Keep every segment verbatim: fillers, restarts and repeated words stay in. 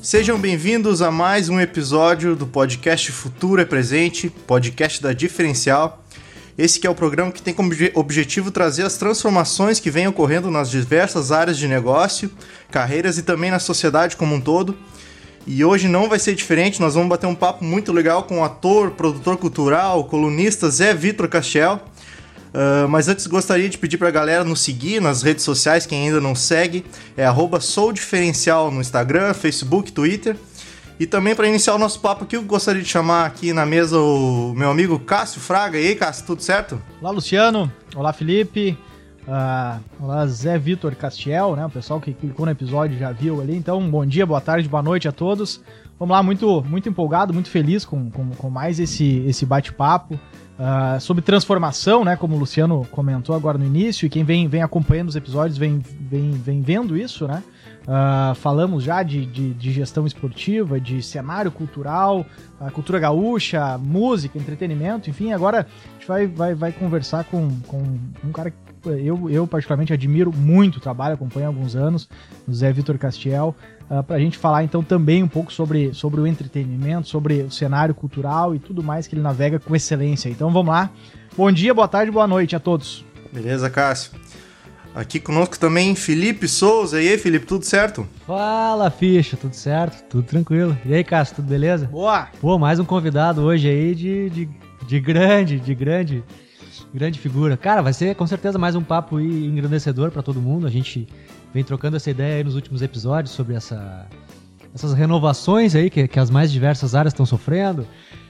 Sejam bem-vindos a mais um episódio do podcast Futuro é Presente, podcast da Diferencial. Esse que é o programa que tem como objetivo trazer as transformações que vêm ocorrendo nas diversas áreas de negócio, carreiras e também na sociedade como um todo. E hoje não vai ser diferente, nós vamos bater um papo muito legal com o ator, produtor cultural, colunista Zé Vitor Castiel. Uh, mas antes gostaria de pedir pra galera nos seguir nas redes sociais, quem ainda não segue, é arroba soudiferencial no Instagram, Facebook, Twitter. E também para iniciar o nosso papo aqui, eu gostaria de chamar aqui na mesa o meu amigo Cássio Fraga. E aí, Cássio, tudo certo? Olá, Luciano. Olá, Felipe. Uh, olá, Zé Vitor Castiel, né? O pessoal que clicou no episódio já viu ali. Então, bom dia, boa tarde, boa noite a todos. Vamos lá, muito, muito empolgado, muito feliz com, com, com mais esse, esse bate-papo. Uh, sobre transformação, né, como o Luciano comentou agora no início, e quem vem, vem acompanhando os episódios vem, vem, vem vendo isso, né? Uh, falamos já de, de, de gestão esportiva, de cenário cultural, uh, cultura gaúcha, música, entretenimento, enfim, agora a gente vai, vai, vai conversar com, com um cara que eu, eu particularmente admiro muito o trabalho, acompanho há alguns anos, o Zé Vitor Castiel, uh, para a gente falar então também um pouco sobre, sobre o entretenimento, sobre o cenário cultural e tudo mais que ele navega com excelência. Então vamos lá. Bom dia, boa tarde, boa noite a todos. Beleza, Cássio. Aqui conosco também Felipe Souza. E aí, Felipe, tudo certo? Fala, ficha, tudo certo? Tudo tranquilo. E aí, Cássio, tudo beleza? Boa! Pô, mais um convidado hoje aí de, de, de grande, de grande, grande figura. Cara, vai ser com certeza mais um papo aí engrandecedor pra todo mundo. A gente vem trocando essa ideia aí nos últimos episódios sobre essa, essas renovações aí que, que as mais diversas áreas estão sofrendo.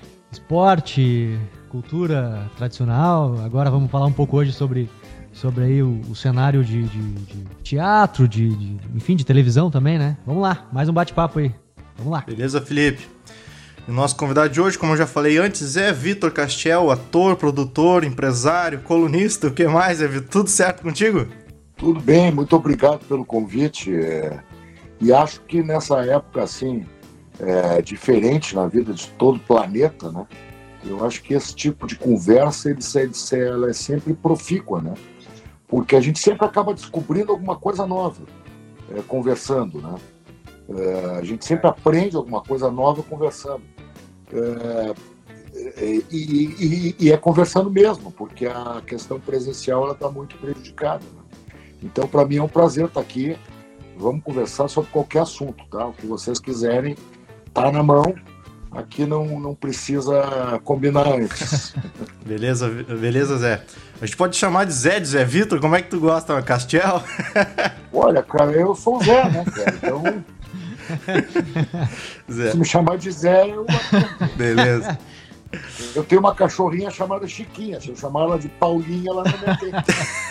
Esporte, cultura tradicional. Agora vamos falar um pouco hoje sobre... sobre aí o, o cenário de, de, de teatro, de, de, enfim, de televisão também, né? Vamos lá, mais um bate-papo aí. Vamos lá. Beleza, Felipe. O nosso convidado de hoje, como eu já falei antes, é Vitor Castiel, ator, produtor, empresário, colunista, o que mais, é Vitor? Tudo certo contigo? Tudo bem, muito obrigado pelo convite. É... E acho que nessa época, assim, é, diferente na vida de todo o planeta, né? Eu acho que esse tipo de conversa, ele, ela é sempre profícua, né? Porque a gente sempre acaba descobrindo alguma coisa nova, é, conversando, né? É, a gente sempre aprende alguma coisa nova conversando. É, e, e, e é conversando mesmo, porque a questão presencial está muito prejudicada, né? Então, para mim é um prazer estar aqui. Vamos conversar sobre qualquer assunto, tá? O que vocês quiserem, tá na mão. Aqui não, não precisa combinar antes. Beleza, beleza, Zé. A gente pode chamar de Zé, de Zé Vitor? Como é que tu gosta, Castiel? Olha, cara, eu sou o Zé, né, cara? Então, Zé. Se me chamar de Zé, eu... Beleza. Eu tenho uma cachorrinha chamada Chiquinha. Se eu chamar ela de Paulinha, ela não me tem.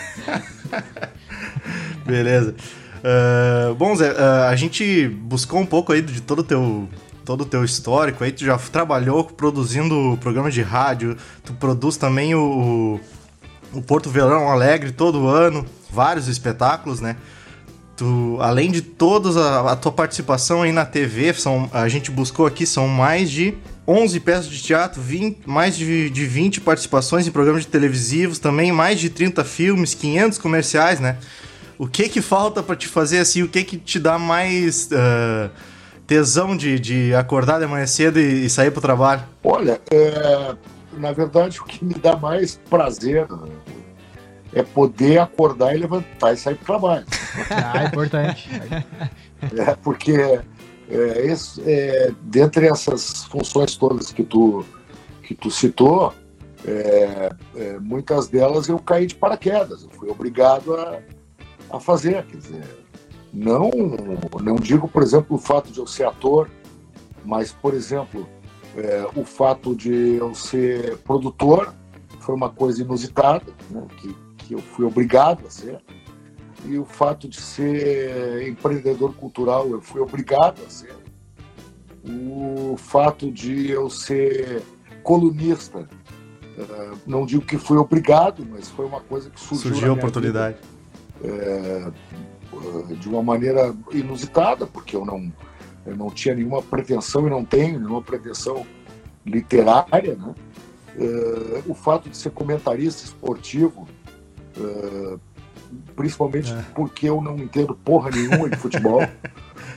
Beleza. Uh, bom, Zé, uh, a gente buscou um pouco aí de todo o teu... todo o teu histórico, aí tu já trabalhou produzindo programas de rádio, tu produz também o, o Porto Verão Alegre todo ano, vários espetáculos, né? Tu, além de toda a, a tua participação aí na T V, são, a gente buscou aqui, são mais de onze peças de teatro, vinte, mais de, de vinte participações em programas televisivos, também mais de trinta filmes, quinhentos comerciais, né? O que que falta pra te fazer assim, o que que te dá mais... Uh, tesão de, de acordar de manhã cedo e, e sair pro trabalho? Olha, é, na verdade o que me dá mais prazer é poder acordar e levantar e sair pro trabalho. Ah, é importante. É, porque é, esse, é, dentre essas funções todas que tu, que tu citou, é, é, muitas delas eu caí de paraquedas, eu fui obrigado a, a fazer, quer dizer... Não, não digo, por exemplo, o fato de eu ser ator, mas, por exemplo, é, o fato de eu ser produtor foi uma coisa inusitada, né, que, que eu fui obrigado a ser. E o fato de ser empreendedor cultural, eu fui obrigado a ser. O fato de eu ser colunista, é, não digo que fui obrigado, mas foi uma coisa que surgiu. Surgiu a oportunidade. É, de uma maneira inusitada, porque eu não, eu não tinha nenhuma pretensão e não tenho nenhuma pretensão literária, né? Uh, o fato de ser comentarista esportivo, uh, principalmente é. porque eu não entendo porra nenhuma de futebol,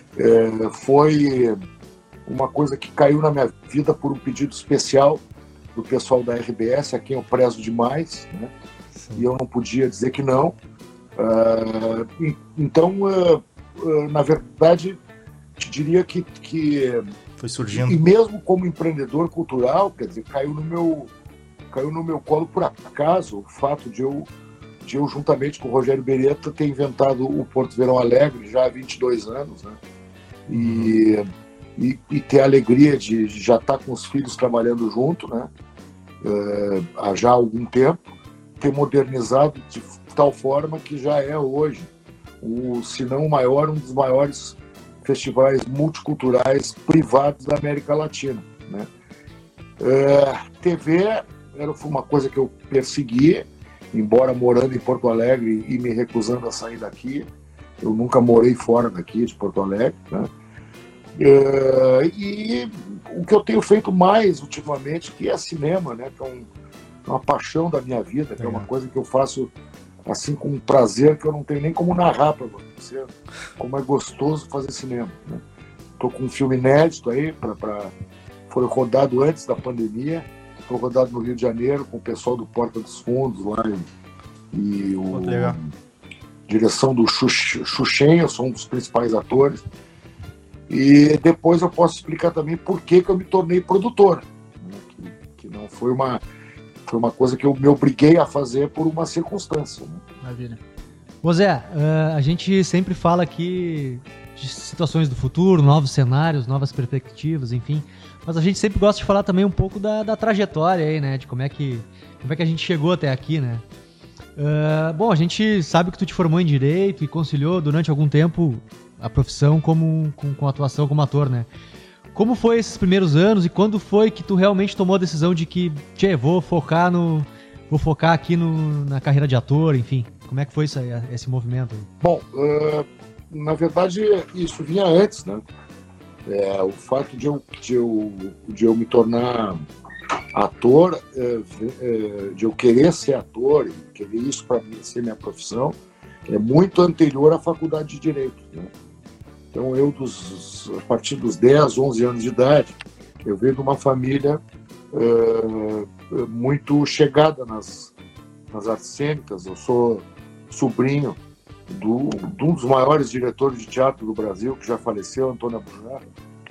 é, foi uma coisa que caiu na minha vida por um pedido especial do pessoal da R B S, a quem eu prezo demais, né? E eu não podia dizer que não. Uh, e, então, uh, uh, na verdade, te diria que, que foi surgindo. E mesmo como empreendedor cultural, quer dizer, caiu no meu, caiu no meu colo por acaso o fato de eu, de eu juntamente com o Rogério Beretta, ter inventado o Porto Verão Alegre já há vinte e dois anos, né? E, uhum. e, e ter a alegria de, de já estar com os filhos trabalhando junto, né? Uh, há já algum tempo, ter modernizado de tal forma que já é hoje, o, se não o maior, um dos maiores festivais multiculturais privados da América Latina, né? Uh, T V era uma coisa que eu persegui, embora morando em Porto Alegre e me recusando a sair daqui. Eu nunca morei fora daqui, de Porto Alegre, né? Uh, e o que eu tenho feito mais ultimamente, que é cinema, né? Que é um, uma paixão da minha vida, que é uma coisa que eu faço assim com um prazer que eu não tenho nem como narrar para você, como é gostoso fazer cinema, né? Estou com um filme inédito aí, pra, pra, foi rodado antes da pandemia, foi rodado no Rio de Janeiro com o pessoal do Porta dos Fundos lá e, e o, legal. direção do Xuxem, eu sou um dos principais atores. E depois eu posso explicar também por que, que eu me tornei produtor, né? que, que não foi uma, foi uma coisa que eu me obriguei a fazer por uma circunstância, né? Maravilha. Ô Zé, uh, a gente sempre fala aqui de situações do futuro, novos cenários, novas perspectivas, enfim, mas a gente sempre gosta de falar também um pouco da, da trajetória aí, né, de como é que, como é que a gente chegou até aqui, né? Uh, bom, a gente sabe que tu te formou em Direito e conciliou durante algum tempo a profissão como, com, com atuação como ator, né? Como foi esses primeiros anos e quando foi que tu realmente tomou a decisão de que, tchê, vou focar no, vou focar aqui no, na carreira de ator, enfim? Como é que foi isso aí, esse movimento? Bom, uh, na verdade isso vinha antes, né? É, o fato de eu, de, eu, de eu me tornar ator, é, é, de eu querer ser ator e querer isso para mim ser minha profissão, é muito anterior à faculdade de Direito, né? Então eu, dos, a partir dos dez, onze anos de idade, eu venho de uma família é, muito chegada nas, nas artes cênicas. Eu sou sobrinho do, de um dos maiores diretores de teatro do Brasil, que já faleceu, Antônio Abujanra.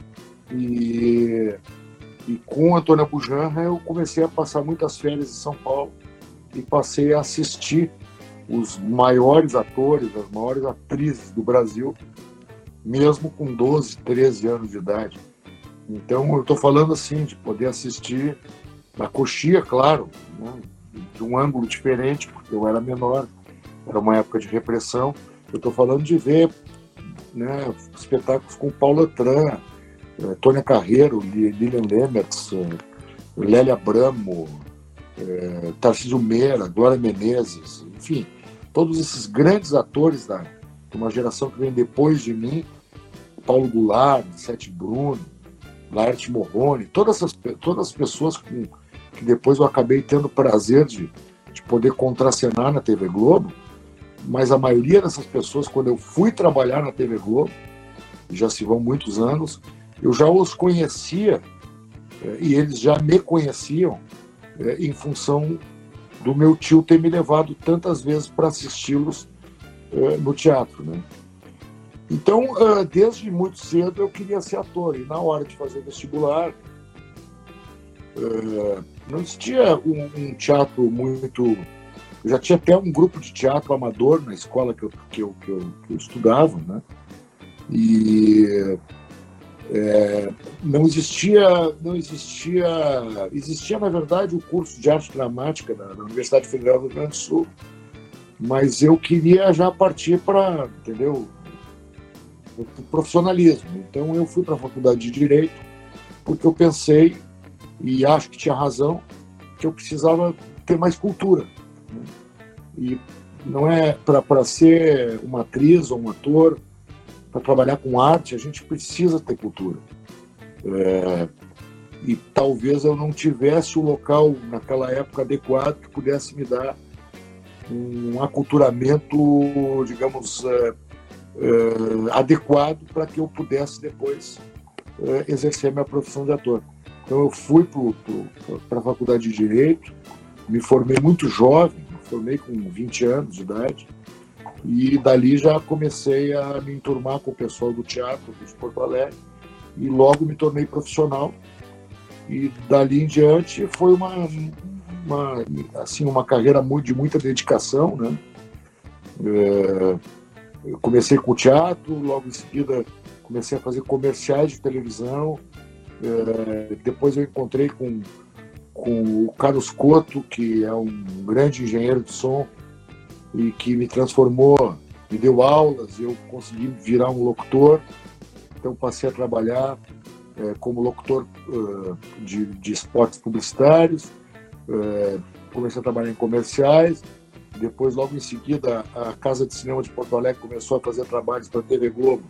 E, e com Antônio Abujanra eu comecei a passar muitas férias em São Paulo e passei a assistir os maiores atores, as maiores atrizes do Brasil, mesmo com doze, treze anos de idade. Então eu estou falando assim, de poder assistir na coxia, claro, né, de um ângulo diferente, porque eu era menor, era uma época de repressão. Eu estou falando de ver, né, espetáculos com Paula Tran, eh, Tônia Carreiro, Lilian Lemertz, eh, Lélia Abramo, eh, Tarcísio Meira, Glória Menezes, enfim, todos esses grandes atores da, de uma geração que vem depois de mim, Paulo Goulart, Sete Bruno, Laerte Morrone, todas essas, todas as pessoas com, que depois eu acabei tendo o prazer de, de poder contracenar na T V Globo, mas a maioria dessas pessoas, quando eu fui trabalhar na T V Globo, já se vão muitos anos, eu já os conhecia eh, e eles já me conheciam eh, em função do meu tio ter me levado tantas vezes para assisti-los eh, no teatro, né? Então, uh, desde muito cedo eu queria ser ator, e na hora de fazer vestibular uh, não existia um, um teatro muito... Eu já tinha até um grupo de teatro amador na escola que eu, que eu, que eu, que eu estudava, né? E é, não existia, não existia, existia na verdade o curso de arte dramática da, da Universidade Federal do Rio Grande do Sul, mas eu queria já partir para, entendeu, o profissionalismo. Então eu fui para a faculdade de Direito porque eu pensei, e acho que tinha razão, que eu precisava ter mais cultura, né? E não é para ser uma atriz ou um ator, para trabalhar com arte, a gente precisa ter cultura. É, e talvez eu não tivesse o local naquela época adequado que pudesse me dar um aculturamento, digamos, é, uh, adequado para que eu pudesse depois uh, exercer minha profissão de ator. Então eu fui para a faculdade de Direito, me formei muito jovem, me formei com vinte anos de idade, e dali já comecei a me enturmar com o pessoal do teatro de Porto Alegre, e logo me tornei profissional. E dali em diante foi uma, uma, assim, uma carreira de muita dedicação, né? É, eu comecei com o teatro, logo em seguida comecei a fazer comerciais de televisão. É, depois eu encontrei com, com o Carlos Couto, que é um grande engenheiro de som e que me transformou, me deu aulas, eu consegui virar um locutor. Então passei a trabalhar é, como locutor uh, de, de spots publicitários, uh, comecei a trabalhar em comerciais. Depois, logo em seguida, a Casa de Cinema de Porto Alegre começou a fazer trabalhos para a T V Globo,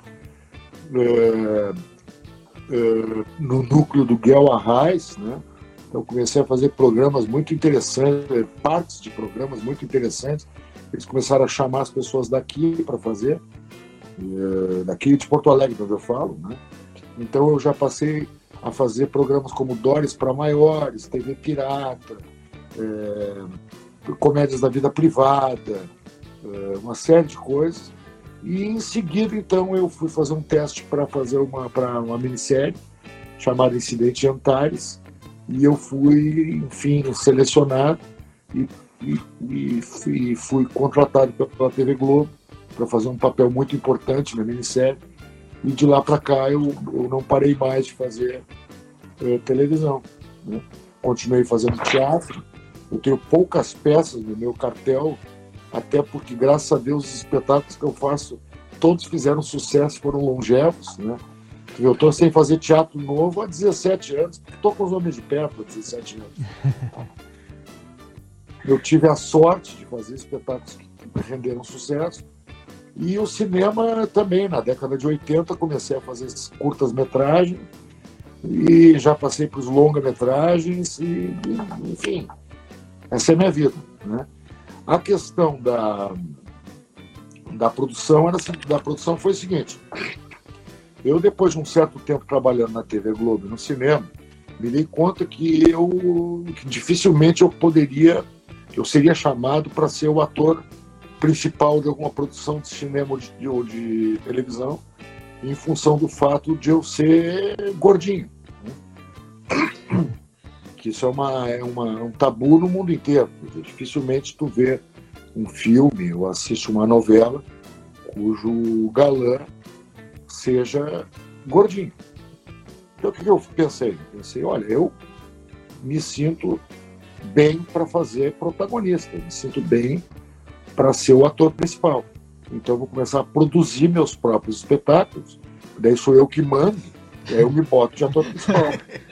uh, uh, no núcleo do Guel Arraes, né? Então comecei a fazer programas muito interessantes, partes de programas muito interessantes. Eles começaram a chamar as pessoas daqui para fazer, uh, daqui de Porto Alegre, onde eu falo, né? Então eu já passei a fazer programas como Dóris para Maiores, T V Pirata, é, Comédias da Vida Privada, é, uma série de coisas. E em seguida, então, eu fui fazer um teste para fazer uma, para uma minissérie chamada Incidente de Antares, e eu fui, enfim, selecionado e, e, e fui, fui contratado pela T V Globo para fazer um papel muito importante na minissérie. E de lá para cá eu, eu não parei mais de fazer uh, televisão, né? Continuei fazendo teatro. Eu tenho poucas peças no meu cartel, até porque, graças a Deus, os espetáculos que eu faço, todos fizeram sucesso, foram longevos, né? Eu estou sem fazer teatro novo há dezessete anos, estou com os Homens de Perto há dezessete anos. Eu tive a sorte de fazer espetáculos que renderam sucesso. E o cinema também, na década de oitenta, comecei a fazer curtas-metragens e já passei para os longa-metragens e, enfim, essa é a minha vida, né? A questão da, da produção era, da produção foi o seguinte: eu, depois de um certo tempo trabalhando na T V Globo e no cinema, me dei conta que eu que dificilmente eu poderia, eu seria chamado para ser o ator principal de alguma produção de cinema ou de, ou de televisão, em função do fato de eu ser gordinho, né? Que isso é, uma, é uma, um tabu no mundo inteiro. Dificilmente tu vê um filme ou assiste uma novela cujo galã seja gordinho. Então o que eu pensei? Pensei, olha, eu me sinto bem para fazer protagonista, eu me sinto bem para ser o ator principal. Então eu vou começar a produzir meus próprios espetáculos, daí sou eu que mando, e aí eu me boto de ator principal.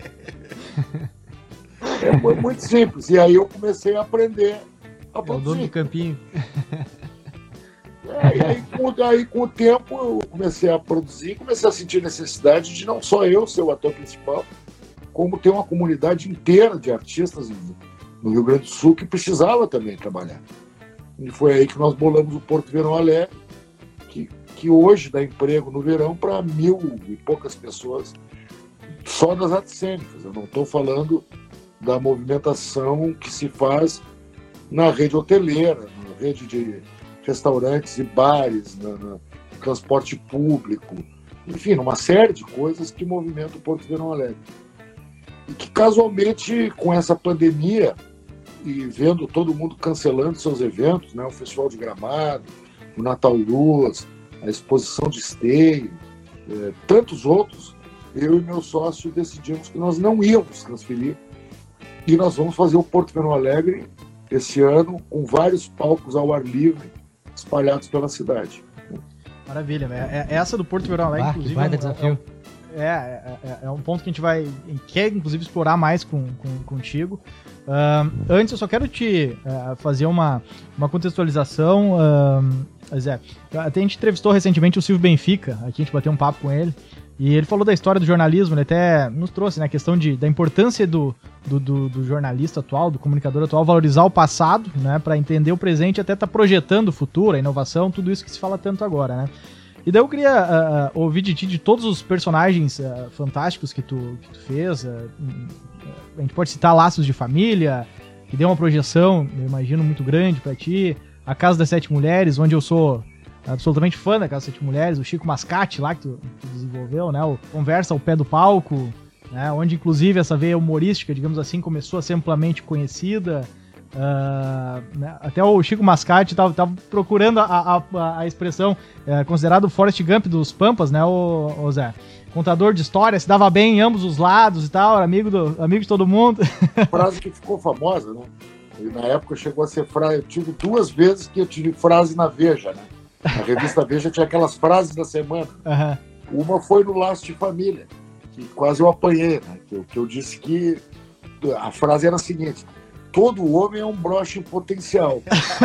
É muito simples. E aí eu comecei a aprender a produzir. É o dono do campinho. É, e aí com, aí com o tempo eu comecei a produzir, comecei a sentir necessidade de não só eu ser o ator principal, como ter uma comunidade inteira de artistas no Rio Grande do Sul que precisava também trabalhar. E foi aí que nós bolamos o Porto Verão Alegre, que, que hoje dá emprego no verão para mil e poucas pessoas só das artes cênicas. Eu não estou falando da movimentação que se faz na rede hoteleira, na rede de restaurantes e bares, na, na, no transporte público, enfim, uma série de coisas que movimentam o Porto Verão Alegre. E que casualmente, com essa pandemia, e vendo todo mundo cancelando seus eventos, né? O Festival de Gramado, o Natal Luz, a exposição de Esteio, é, tantos outros, eu e meu sócio decidimos que nós não íamos transferir e nós vamos fazer o Porto Verão Alegre esse ano com vários palcos ao ar livre espalhados pela cidade. Maravilha, é, é essa do Porto Verão Alegre, ah, inclusive. Vai é, dar desafio. É, é, é, é um ponto que a gente vai quer inclusive explorar mais com, com, contigo. Uh, antes eu só quero te uh, fazer uma, uma contextualização. Uh, Zé, até a gente entrevistou recentemente o Silvio Benfica, aqui a gente bateu um papo com ele, e ele falou da história do jornalismo, ele até nos trouxe, né, a questão de, da importância do, do, do, do jornalista atual, do comunicador atual, valorizar o passado, né, para entender o presente e até estar tá projetando o futuro, a inovação, tudo isso que se fala tanto agora, né. E daí eu queria uh, ouvir de ti, de todos os personagens uh, fantásticos que tu, que tu fez. Uh, a gente pode citar Laços de Família, que deu uma projeção, eu imagino, muito grande pra ti. A Casa das Sete Mulheres, onde eu sou absolutamente fã da Casa das Sete Mulheres. O Chico Mascate lá, que tu, que tu desenvolveu, né? O Conversa ao Pé do Palco, né? Onde, inclusive, essa veia humorística, digamos assim, começou a ser amplamente conhecida. Uh, né? Até o Chico Mascate tava, tava procurando a, a, a expressão, é, considerado o Forrest Gump dos Pampas, né, o, o Zé? Contador de histórias, se dava bem em ambos os lados e tal, amigo, do, amigo de todo mundo. Frase que ficou famosa, né? E na época chegou a ser frase. Eu tive duas vezes que eu tive frase na Veja, né? Na revista Veja tinha aquelas frases da semana. Uhum. Uma foi no Laço de Família, que quase eu apanhei, né? Que eu, que eu disse que a frase era a seguinte: todo homem é um broche em potencial.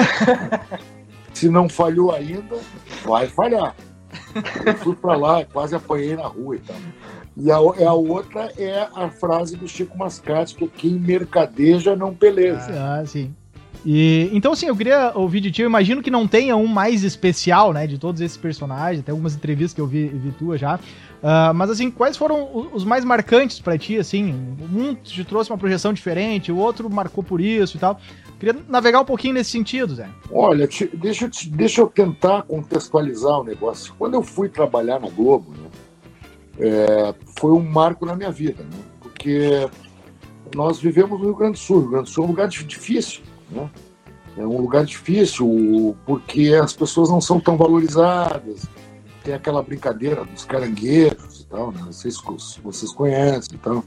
Se não falhou ainda, vai falhar. Eu fui pra lá, quase apanhei na rua e tal. E a, a outra é a frase do Chico Mascate, que é quem mercadeja não peleja. Ah, sim. E, então, assim, eu queria ouvir de ti, eu imagino que não tenha um mais especial, né, de todos esses personagens, tem algumas entrevistas que eu vi, vi tua já, uh, mas, assim, quais foram os mais marcantes pra ti, assim? Um te trouxe uma projeção diferente, o outro marcou por isso e tal. Queria navegar um pouquinho nesse sentido, Zé. Olha, te, deixa, te, deixa eu tentar contextualizar o negócio. Quando eu fui trabalhar na Globo, né, é, foi um marco na minha vida, né, porque nós vivemos no Rio Grande do Sul. O Rio Grande do Sul é um lugar difícil, né? É um lugar difícil porque as pessoas não são tão valorizadas. Tem aquela brincadeira dos caranguejos e tal, né? Vocês, vocês conhecem e tal.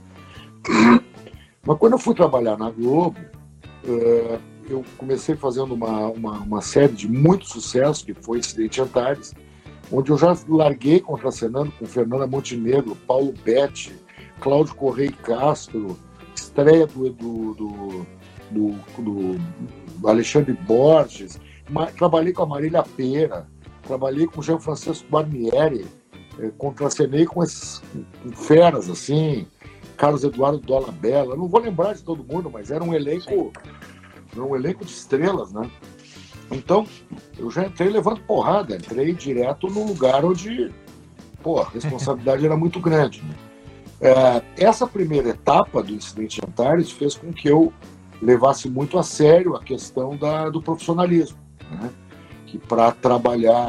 Mas quando eu fui trabalhar na Globo, é, eu comecei fazendo uma, uma, uma série de muito sucesso, que foi Incidente Antares, onde eu já larguei contracenando com Fernanda Montenegro, Paulo Betti, Cláudio Correia Castro, estreia do, do, do, do, do Alexandre Borges, ma, trabalhei com a Marília Pera, trabalhei com o Jean Francisco Barnieri, eh, contracenei com esses com feras assim, Carlos Eduardo Dolabella, não vou lembrar de todo mundo, mas era um elenco, um elenco de estrelas, né? Então, eu já entrei levando porrada, entrei direto no lugar onde, pô, a responsabilidade era muito grande, né? É, essa primeira etapa do Incidente Antares fez com que eu levasse muito a sério a questão da, do profissionalismo, né? Que para trabalhar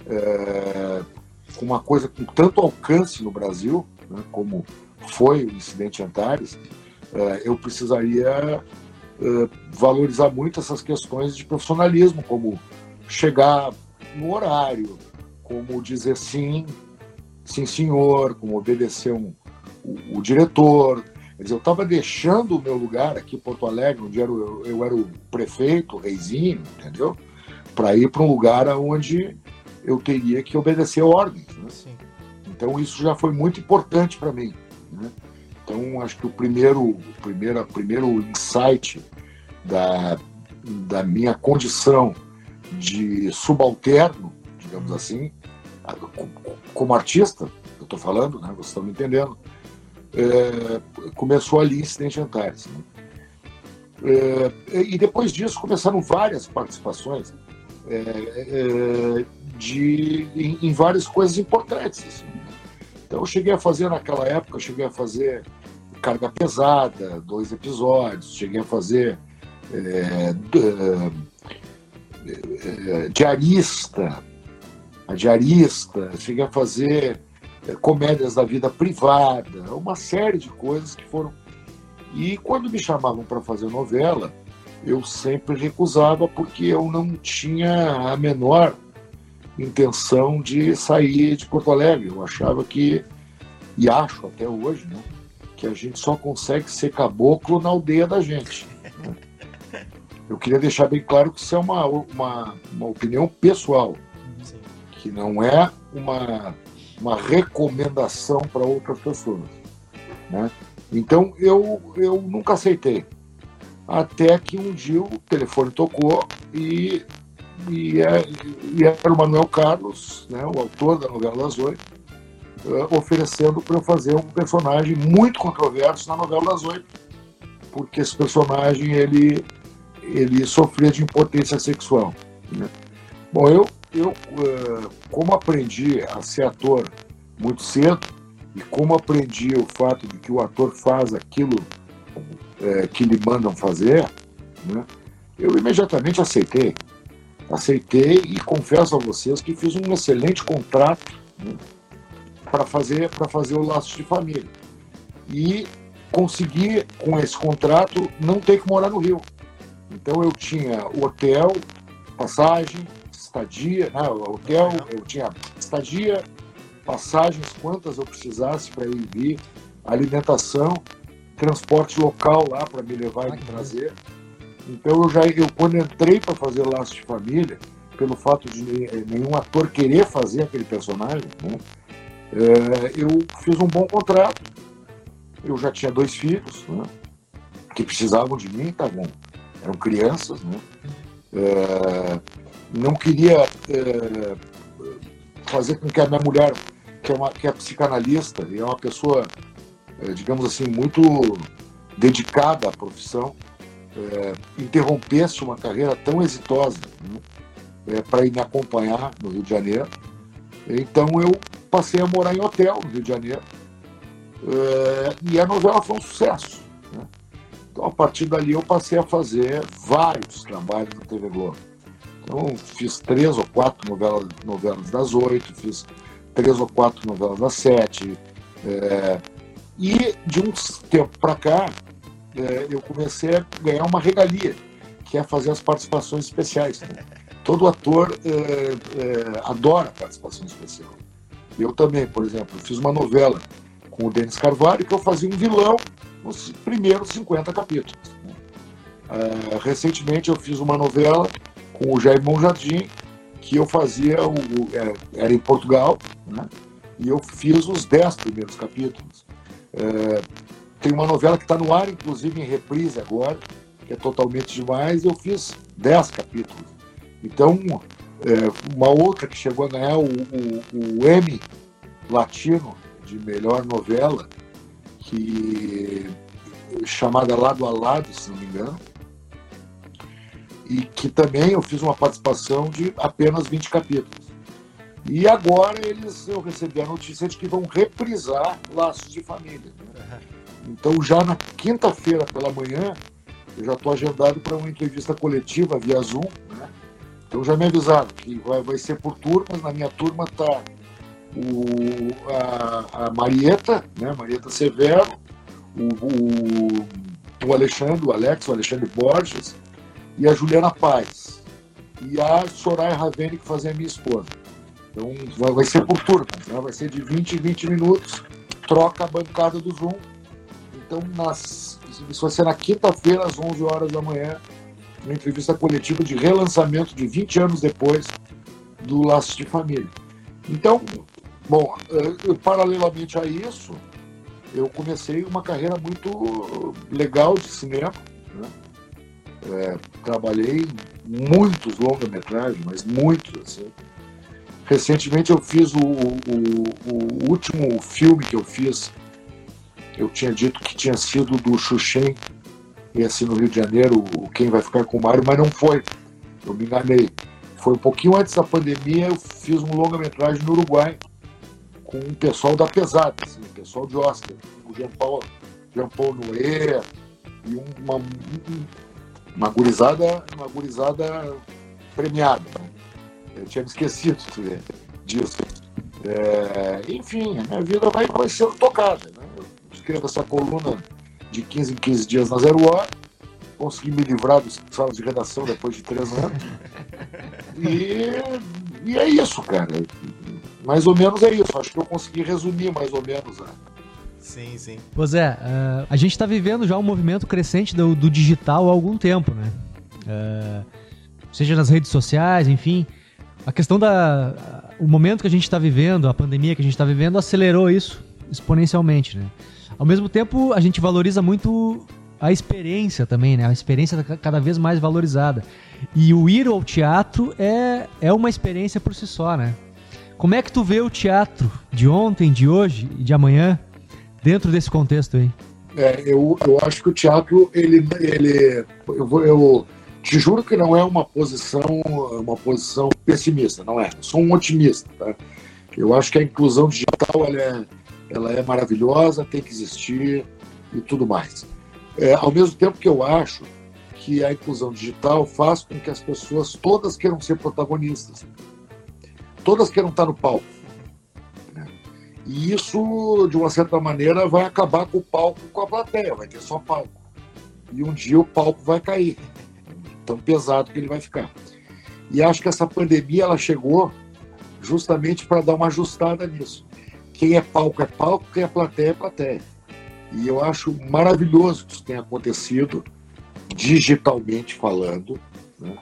é, com uma coisa com tanto alcance no Brasil, né, como foi o Incidente Antares, é, eu precisaria é, valorizar muito essas questões de profissionalismo, como chegar no horário, como dizer sim, sim senhor, como obedecer um, o, o diretor. Quer dizer, eu estava deixando o meu lugar aqui em Porto Alegre, onde eu, eu era o prefeito, o reizinho, entendeu? Para ir para um lugar onde eu teria que obedecer ordens, né? Sim. Então isso já foi muito importante para mim, né? Então acho que o primeiro, o primeiro, primeiro insight da, da minha condição de subalterno, digamos hum. assim, como artista, eu estou falando, né? Vocês estão me entendendo. É, começou ali Incidente Antares, né? É, e depois disso começaram várias participações é, é, de, em, em várias coisas importantes, assim. Então eu cheguei a fazer naquela época, eu cheguei a fazer Carga Pesada, dois episódios, cheguei a fazer é, é, é, Diarista, a Diarista, cheguei a fazer Comédias da Vida Privada, uma série de coisas que foram... E quando me chamavam para fazer novela, eu sempre recusava, porque eu não tinha a menor intenção de sair de Porto Alegre. Eu achava que, e acho até hoje, né, que a gente só consegue ser caboclo na aldeia da gente, né? Eu queria deixar bem claro que isso é uma, uma, uma opinião pessoal, sim, que não é uma... uma recomendação para outras pessoas, né? Então eu, eu nunca aceitei, até que um dia o telefone tocou e, e, é, e era o Manuel Carlos, né, o autor da novela das Oito, uh, oferecendo para eu fazer um personagem muito controverso na novela das Oito, porque esse personagem ele, ele sofria de impotência sexual, né? Bom, eu eu, uh, como aprendi a ser ator muito cedo, e como aprendi o fato de que o ator faz aquilo uh, que lhe mandam fazer, né, eu imediatamente aceitei. Aceitei e confesso a vocês que fiz um excelente contrato, né, para fazer, para fazer o Laços de Família. E consegui, com esse contrato, não ter que morar no Rio. Então eu tinha o hotel, passagem, estadia, né, hotel, eu tinha estadia, passagens, quantas eu precisasse para ir e vir, alimentação, transporte local lá para me levar e me trazer. Então eu já, eu, quando entrei para fazer Laços de Família, pelo fato de nenhum ator querer fazer aquele personagem, né, é, eu fiz um bom contrato. Eu já tinha dois filhos, né, que precisavam de mim, estavam, eram crianças, né? É, não queria é, fazer com que a minha mulher, que é, uma, que é psicanalista e é uma pessoa, é, digamos assim, muito dedicada à profissão, é, interrompesse uma carreira tão exitosa, né, é, para ir me acompanhar no Rio de Janeiro. Então eu passei a morar em hotel no Rio de Janeiro. É, e a novela foi um sucesso, né? Então, a partir dali, eu passei a fazer vários trabalhos na T V Globo. Então, fiz três ou quatro novelas, novelas das oito, fiz três ou quatro novelas das sete. É, e, de um tempo para cá, é, eu comecei a ganhar uma regalia, que é fazer as participações especiais, né? Todo ator é, é, adora participação especial. Eu também, por exemplo, fiz uma novela com o Denis Carvalho, que eu fazia um vilão nos primeiros cinquenta capítulos. Uh, recentemente eu fiz uma novela com o Jair Monjardim, que eu fazia, o, o, era em Portugal, né? E eu fiz os dez primeiros capítulos. Uh, tem uma novela que está no ar, inclusive em reprise agora, que é Totalmente Demais, e eu fiz dez capítulos. Então, uh, uma outra que chegou a ganhar o, o, o Emmy Latino de melhor novela, que chamada Lado a Lado, se não me engano, e que também eu fiz uma participação de apenas vinte capítulos. E agora eles, eu recebi a notícia de que vão reprisar Laços de Família, né? Então já na quinta-feira pela manhã eu já estou agendado para uma entrevista coletiva via Zoom, né? Então já me avisaram que vai, vai ser por turmas. Na minha turma está O, a, a Marieta, né, Marieta Severo, o, o, o Alexandre, o Alex, o Alexandre Borges e a Juliana Paz e a Soraya Raveni, que fazia a minha esposa. Então vai, vai ser por turmas, né, vai ser de vinte em vinte minutos, troca a bancada do Zoom. Então nas, isso vai ser na quinta-feira às onze horas da manhã, uma entrevista coletiva de relançamento de vinte anos depois do Laços de Família. Então, bom, eu, paralelamente a isso, eu comecei uma carreira muito legal de cinema, né? É, trabalhei em muitos longa-metragens, mas muitos, assim. Recentemente eu fiz o, o, o último filme que eu fiz, eu tinha dito que tinha sido do Xuxem, e assim no Rio de Janeiro, o Quem Vai Ficar com o Mário, mas não foi, eu me enganei. Foi um pouquinho antes da pandemia, eu fiz um longa-metragem no Uruguai, com o pessoal da Pesada, assim, o pessoal de Oscar, o Jean Paul, Jean Paul Noé, e uma, uma, gurizada, uma gurizada premiada, né? Eu tinha me esquecido disso. É, enfim, a minha vida vai, vai sendo tocada, né? Eu escrevo essa coluna de quinze em quinze dias na Zero Hora, consegui me livrar dos salas de redação depois de três anos. E, e é isso, cara. Mais ou menos é isso. Acho que eu consegui resumir mais ou menos. Né? Sim, sim. Pois Zé, uh, a gente está vivendo já um movimento crescente do, do digital há algum tempo, né? Uh, seja nas redes sociais, enfim. A questão da... O momento que a gente está vivendo, a pandemia que a gente está vivendo, acelerou isso exponencialmente, né? Ao mesmo tempo, a gente valoriza muito a experiência também, né? A experiência está cada vez mais valorizada. E o ir ao teatro é, é uma experiência por si só, né? Como é que tu vê o teatro de ontem, de hoje e de amanhã dentro desse contexto aí? É, eu, eu acho que o teatro, ele, ele eu, vou, eu, te juro que não é uma posição, uma posição pessimista, não é. Eu sou um otimista, tá? Eu acho que a inclusão digital ela é, ela é maravilhosa, tem que existir e tudo mais. É, ao mesmo tempo que eu acho que a inclusão digital faz com que as pessoas todas queiram ser protagonistas, todas queiram estar no palco, né? E isso, de uma certa maneira, vai acabar com o palco, com a plateia, vai ter só palco. E um dia o palco vai cair, tão pesado que ele vai ficar. E acho que essa pandemia ela chegou justamente para dar uma ajustada nisso. Quem é palco é palco, quem é plateia é plateia. E eu acho maravilhoso que isso tenha acontecido, digitalmente falando, né?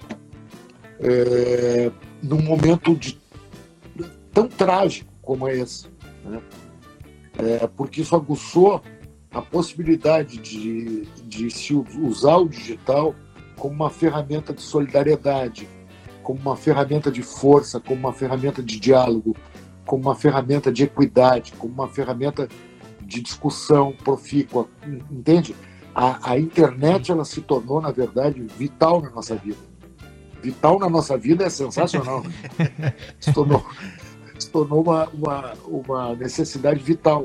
É, num momento de, tão trágico como é esse, né? É, porque isso aguçou a possibilidade de, de se usar o digital como uma ferramenta de solidariedade, como uma ferramenta de força, como uma ferramenta de diálogo, como uma ferramenta de equidade, como uma ferramenta de discussão profícua, entende? A, a internet, ela se tornou, na verdade, vital na nossa vida. Vital na nossa vida é sensacional, né? Se tornou, se tornou uma, uma, uma necessidade vital.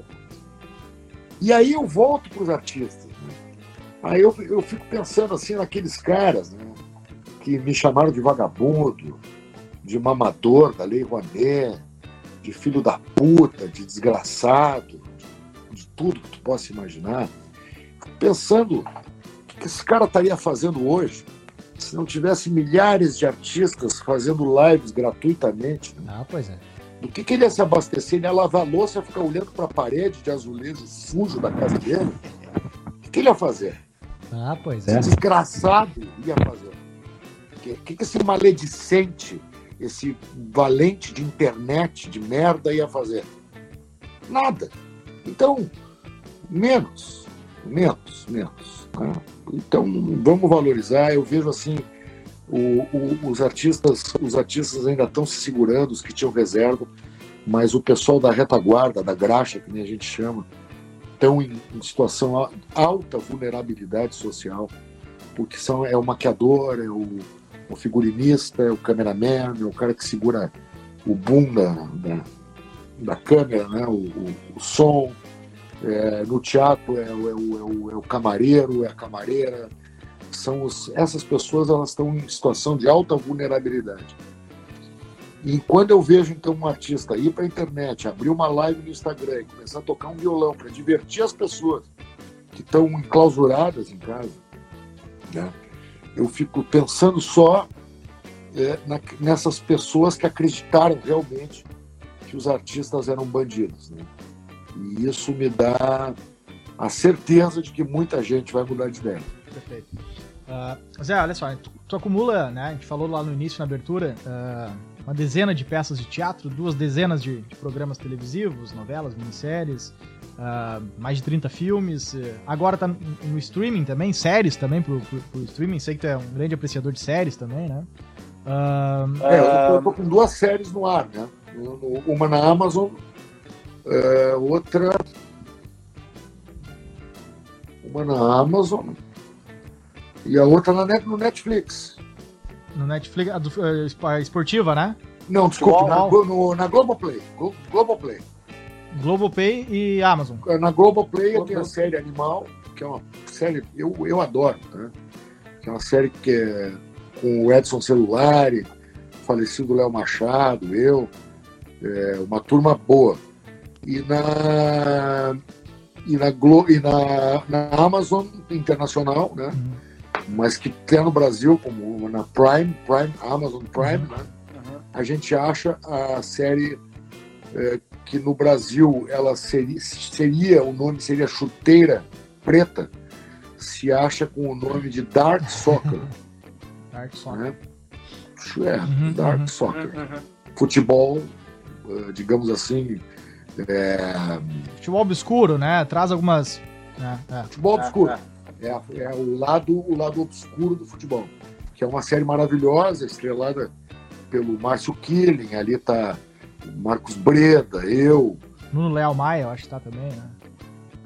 E aí eu volto para os artistas, né? Aí eu, eu fico pensando assim naqueles caras, né, que me chamaram de vagabundo, de mamador da Lei Rouanet, de filho da puta, de desgraçado, de, de tudo que tu possa imaginar. Fico pensando o que esse cara estaria fazendo hoje se não tivesse milhares de artistas fazendo lives gratuitamente, né? Ah, pois é. Do que, que ele ia se abastecer? Ele ia lavar a louça e ficar olhando para a parede de azulejo sujo da casa dele? O que ele ia fazer? Ah, pois Esse é. desgraçado ia fazer? O que, que, que esse maledicente, esse valente de internet, de merda, ia fazer? Nada. Então, menos, menos, menos, né? Então, vamos valorizar. Eu vejo assim, o, o, os artistas, os artistas ainda estão se segurando, os que tinham reserva, mas o pessoal da retaguarda, da graxa, que nem a gente chama, estão em, em situação de alta vulnerabilidade social, porque são, é o maquiador, é o, o figurinista, é o cameraman, é o cara que segura o boom da, da, da câmera, né? o, o, o som. É, no teatro é o, é, o, é, o, é o camareiro, é a camareira. São os, essas pessoas, elas estão em situação de alta vulnerabilidade. E quando eu vejo então um artista ir para a internet, abrir uma live no Instagram e começar a tocar um violão para divertir as pessoas que estão enclausuradas em casa, né? Eu fico pensando só é, na, nessas pessoas que acreditaram realmente que os artistas eram bandidos, né? E isso me dá a certeza de que muita gente vai mudar de ideia. Perfeito. Uh, Zé, olha só, tu, tu acumula, né, a gente falou lá no início, na abertura, uh, uma dezena de peças de teatro, duas dezenas de, de programas televisivos, novelas, minisséries, uh, mais de trinta filmes, uh, agora tá no, no streaming também, séries também pro, pro, pro streaming, sei que tu é um grande apreciador de séries também, né? Uh, é, eu tô, eu tô com duas séries no ar, né? Uma na Amazon, uh, outra... Uma na Amazon e a outra na net, no Netflix. No Netflix, a, do, a esportiva, né? Não, desculpa, na, no, na Globoplay. Glo, Globoplay. Globoplay e Amazon. Na Globoplay eu tenho a série Animal, que é uma série que eu, eu adoro, né? Que é uma série que é com o Edson Celulari, falecido Léo Machado, eu, é uma turma boa. E na... E, na, Glo e na, na Amazon Internacional, né? Uhum. Mas que tem no Brasil, como na Prime, Prime Amazon Prime, uhum. né? Uhum. A gente acha a série é, que no Brasil ela seria, seria, o nome seria Chuteira Preta, se acha com o nome de Dark Soccer. Dark Soccer. Né? É, uhum, Dark uhum. Soccer. Uhum. Futebol, digamos assim... É... Futebol obscuro, né? Traz algumas... É, é. Futebol obscuro. É, é. É, é o, lado, o lado obscuro do futebol. Que é uma série maravilhosa, estrelada pelo Márcio Killing. Ali tá o Marcos Breda, eu. Nuno Leal Maia, eu acho que tá também, né?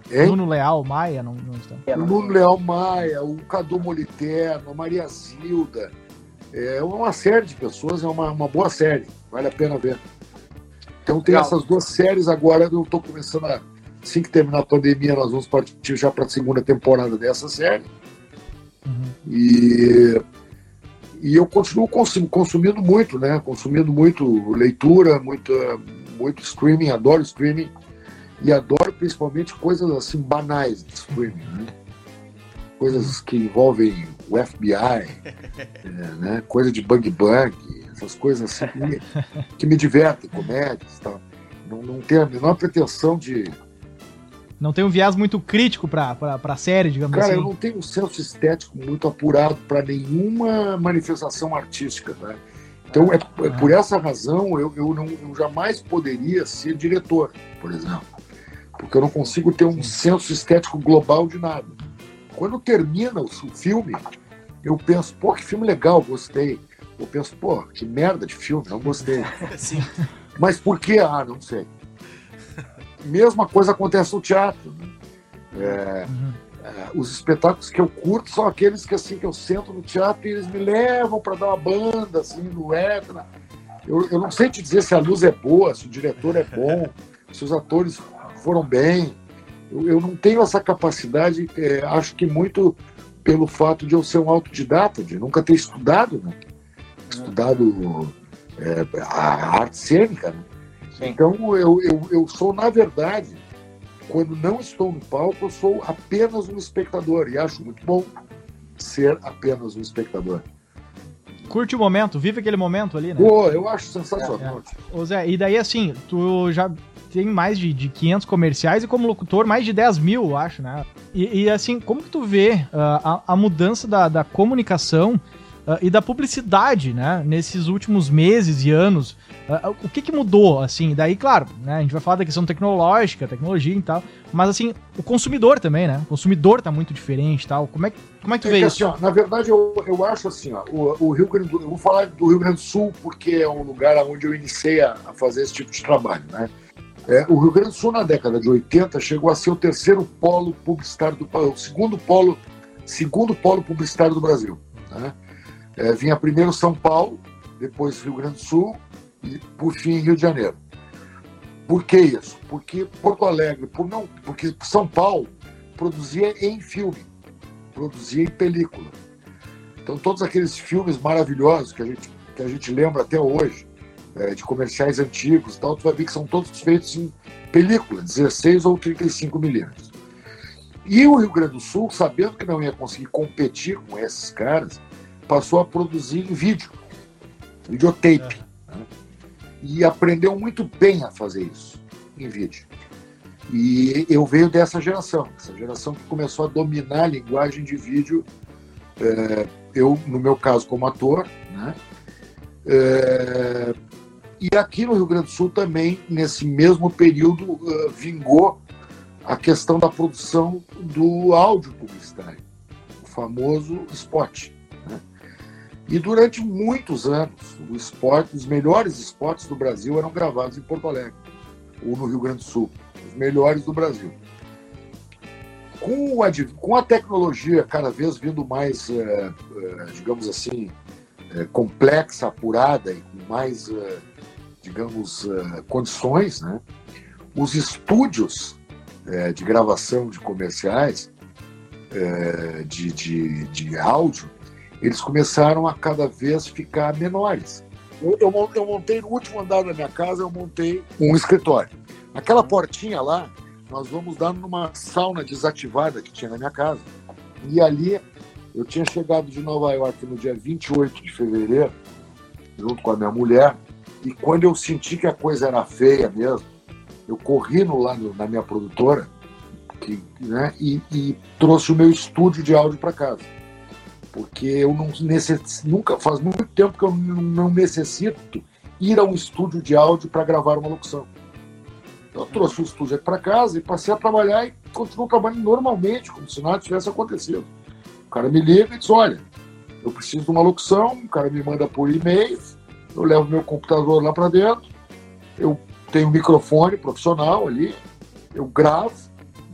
Hein? Nuno Leal Maia, não, não estão. O Nuno Leal Maia, o Cadu Moliterno, a Maria Zilda. É uma série de pessoas, é uma, uma boa série. Vale a pena ver. Então tem Legal. essas duas séries. Agora eu estou começando a... Assim que terminar a pandemia, nós vamos partir já para a segunda temporada dessa série. Uhum. E, e eu continuo consum, consumindo muito, né? Consumindo muito leitura, muito, muito streaming, adoro streaming. E adoro principalmente coisas assim banais de streaming, né? Coisas que envolvem o F B I, é, né? Coisa de bang bang, essas coisas assim que me, que me divertem, comédias e tal. Não, não tenho a menor pretensão de... Não tem um viés muito crítico pra, pra, pra série, digamos Cara, assim. eu não tenho um senso estético muito apurado para nenhuma manifestação artística, né? Então, é, é por essa razão, eu, eu, não, eu jamais poderia ser diretor, por exemplo. Porque eu não consigo ter um senso estético global de nada. Quando termina o, o filme, eu penso, pô, que filme legal, gostei. Eu penso, pô, que merda de filme, não gostei. Sim. Mas por que? Ah, não sei. Mesma coisa acontece no teatro, né? É, Uhum. é, os espetáculos que eu curto são aqueles que, assim, que eu sento no teatro e eles me levam para dar uma banda, assim, no Etna. Eu, eu não sei te dizer se a luz é boa, se o diretor é bom, se os atores foram bem. Eu, eu não tenho essa capacidade, é, acho que muito pelo fato de eu ser um autodidata, de nunca ter estudado, né? Estudado é, a arte cênica, né? Sim. Então, eu, eu, eu sou, na verdade, quando não estou no palco, eu sou apenas um espectador. E acho muito bom ser apenas um espectador. Curte o momento, vive aquele momento ali, né? Pô, eu acho sensacional. Ô Zé, e daí assim, tu já tem mais de, de quinhentos comerciais e como locutor mais de dez mil, eu acho, né? E, e assim, como que tu vê uh, a, a mudança da, da comunicação uh, e da publicidade, né? Nesses últimos meses e anos? Uh, o que que mudou, assim? Daí, claro, né? A gente vai falar da questão tecnológica, tecnologia e tal, mas assim, o consumidor também, né? O consumidor tá muito diferente e tal. Como é, que- como é que tu É vê que, isso? assim, ó, na verdade, eu, eu acho assim, ó, o, o Rio Grande do, eu vou falar do Rio Grande do Sul porque é um lugar onde eu iniciei a, a fazer esse tipo de trabalho, né? É, o Rio Grande do Sul, na década de oitenta, chegou a ser o terceiro polo publicitário do o segundo polo, segundo polo publicitário do Brasil, né? É, vinha primeiro São Paulo, depois Rio Grande do Sul e, por fim, Rio de Janeiro. Por que isso? Porque Porto Alegre, por não, porque São Paulo produzia em filme, produzia em película. Então, todos aqueles filmes maravilhosos que a gente, que a gente lembra até hoje, é, de comerciais antigos e tal, tu vai ver que são todos feitos em película, dezesseis ou trinta e cinco milímetros. E o Rio Grande do Sul, sabendo que não ia conseguir competir com esses caras, passou a produzir em vídeo, videotape. Né? E aprendeu muito bem a fazer isso, em vídeo. E eu venho dessa geração, essa geração que começou a dominar a linguagem de vídeo, é, eu, no meu caso, como ator, né? É, e aqui no Rio Grande do Sul também, nesse mesmo período, uh, vingou a questão da produção do áudio publicitário, o famoso spot. Né? E durante muitos anos, o spot, os melhores spots do Brasil eram gravados em Porto Alegre, ou no Rio Grande do Sul, os melhores do Brasil. Com, o, com a tecnologia cada vez vindo mais, uh, uh, digamos assim, uh, complexa, apurada e com mais... Uh, digamos, uh, condições, né? Os estúdios uh, de gravação de comerciais, uh, de, de, de áudio, eles começaram a cada vez ficar menores. Eu, eu, eu montei no último andar da minha casa, eu montei um escritório. Aquela portinha lá, nós vamos dar numa sauna desativada que tinha na minha casa. E ali, eu tinha chegado de Nova York no dia vinte e oito de fevereiro, junto com a minha mulher. E quando eu senti que a coisa era feia mesmo, eu corri no, lá no, na minha produtora que, né, e, e trouxe o meu estúdio de áudio para casa. Porque eu não necess... nunca, faz muito tempo que eu não, não necessito ir a um estúdio de áudio para gravar uma locução. Então, eu trouxe o estúdio aqui para casa e passei a trabalhar e continuo trabalhando normalmente, como se nada tivesse acontecido. O cara me liga e diz, olha, eu preciso de uma locução, o cara me manda por e-mail, eu levo meu computador lá para dentro, eu tenho um microfone profissional ali, eu gravo,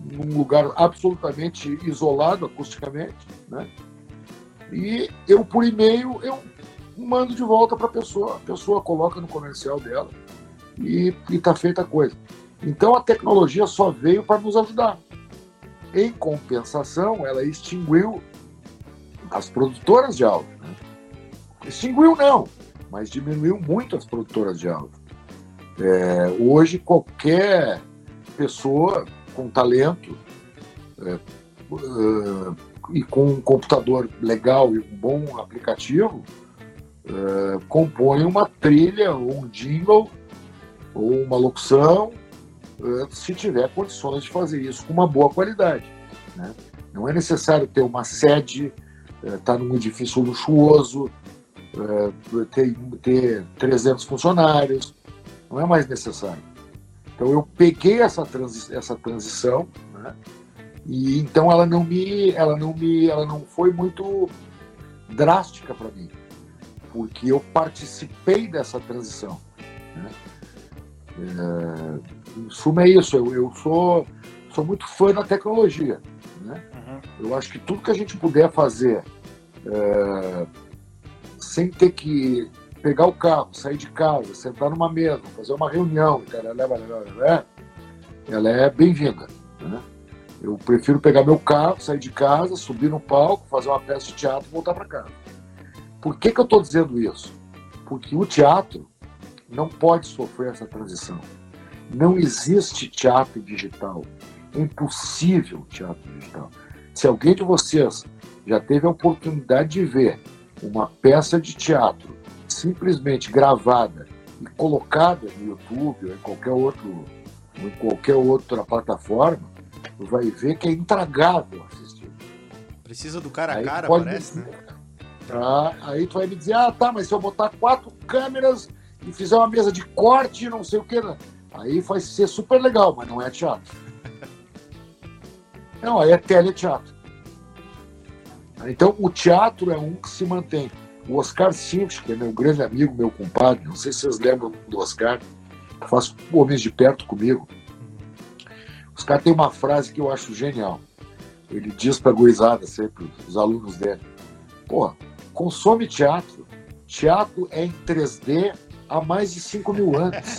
num lugar absolutamente isolado acusticamente, né? E eu, por e-mail, eu mando de volta para a pessoa, a pessoa coloca no comercial dela e está feita a coisa. Então a tecnologia só veio para nos ajudar. Em compensação, ela extinguiu as produtoras de áudio, né? Extinguiu não, mas diminuiu muito as produtoras de áudio. É, hoje qualquer pessoa com talento é, é, e com um computador legal e um bom aplicativo é, compõe uma trilha ou um jingle ou uma locução é, se tiver condições de fazer isso com uma boa qualidade, né? Não é necessário ter uma sede, estar é, num edifício luxuoso, é, ter, ter trezentos funcionários, não é mais necessário. Então eu peguei essa, transi essa transição, né? E então ela não me, ela não me, ela não foi muito drástica para mim, porque eu participei dessa transição, né? É, em suma é isso. Eu, eu sou, sou muito fã da tecnologia, né? Uhum. Eu acho que tudo que a gente puder fazer é, sem ter que pegar o carro, sair de casa, sentar numa mesa, fazer uma reunião, ela é bem-vinda, né? Eu prefiro pegar meu carro, sair de casa, subir no palco, fazer uma peça de teatro e voltar para casa. Por que que eu estou dizendo isso? Porque o teatro não pode sofrer essa transição. Não existe teatro digital. É impossível teatro digital. Se alguém de vocês já teve a oportunidade de ver uma peça de teatro simplesmente gravada e colocada no YouTube ou em qualquer outro, ou em qualquer outra plataforma, tu vai ver que é intragável assistir. Precisa do cara a aí cara, parece, dizer, né? Tá, aí tu vai me dizer, ah, tá, mas se eu botar quatro câmeras e fizer uma mesa de corte, não sei o que, né? Aí vai ser super legal, mas não é teatro. Não, aí é teleteatro. Então o teatro é um que se mantém. O Oscar Simples, que é meu grande amigo, meu compadre, não sei se vocês lembram do Oscar, que faz Homens de Perto comigo. O Oscar tem uma frase que eu acho genial. Ele diz para a gurizada sempre, os alunos dele, pô, consome teatro. Teatro é em três D há mais de cinco mil anos.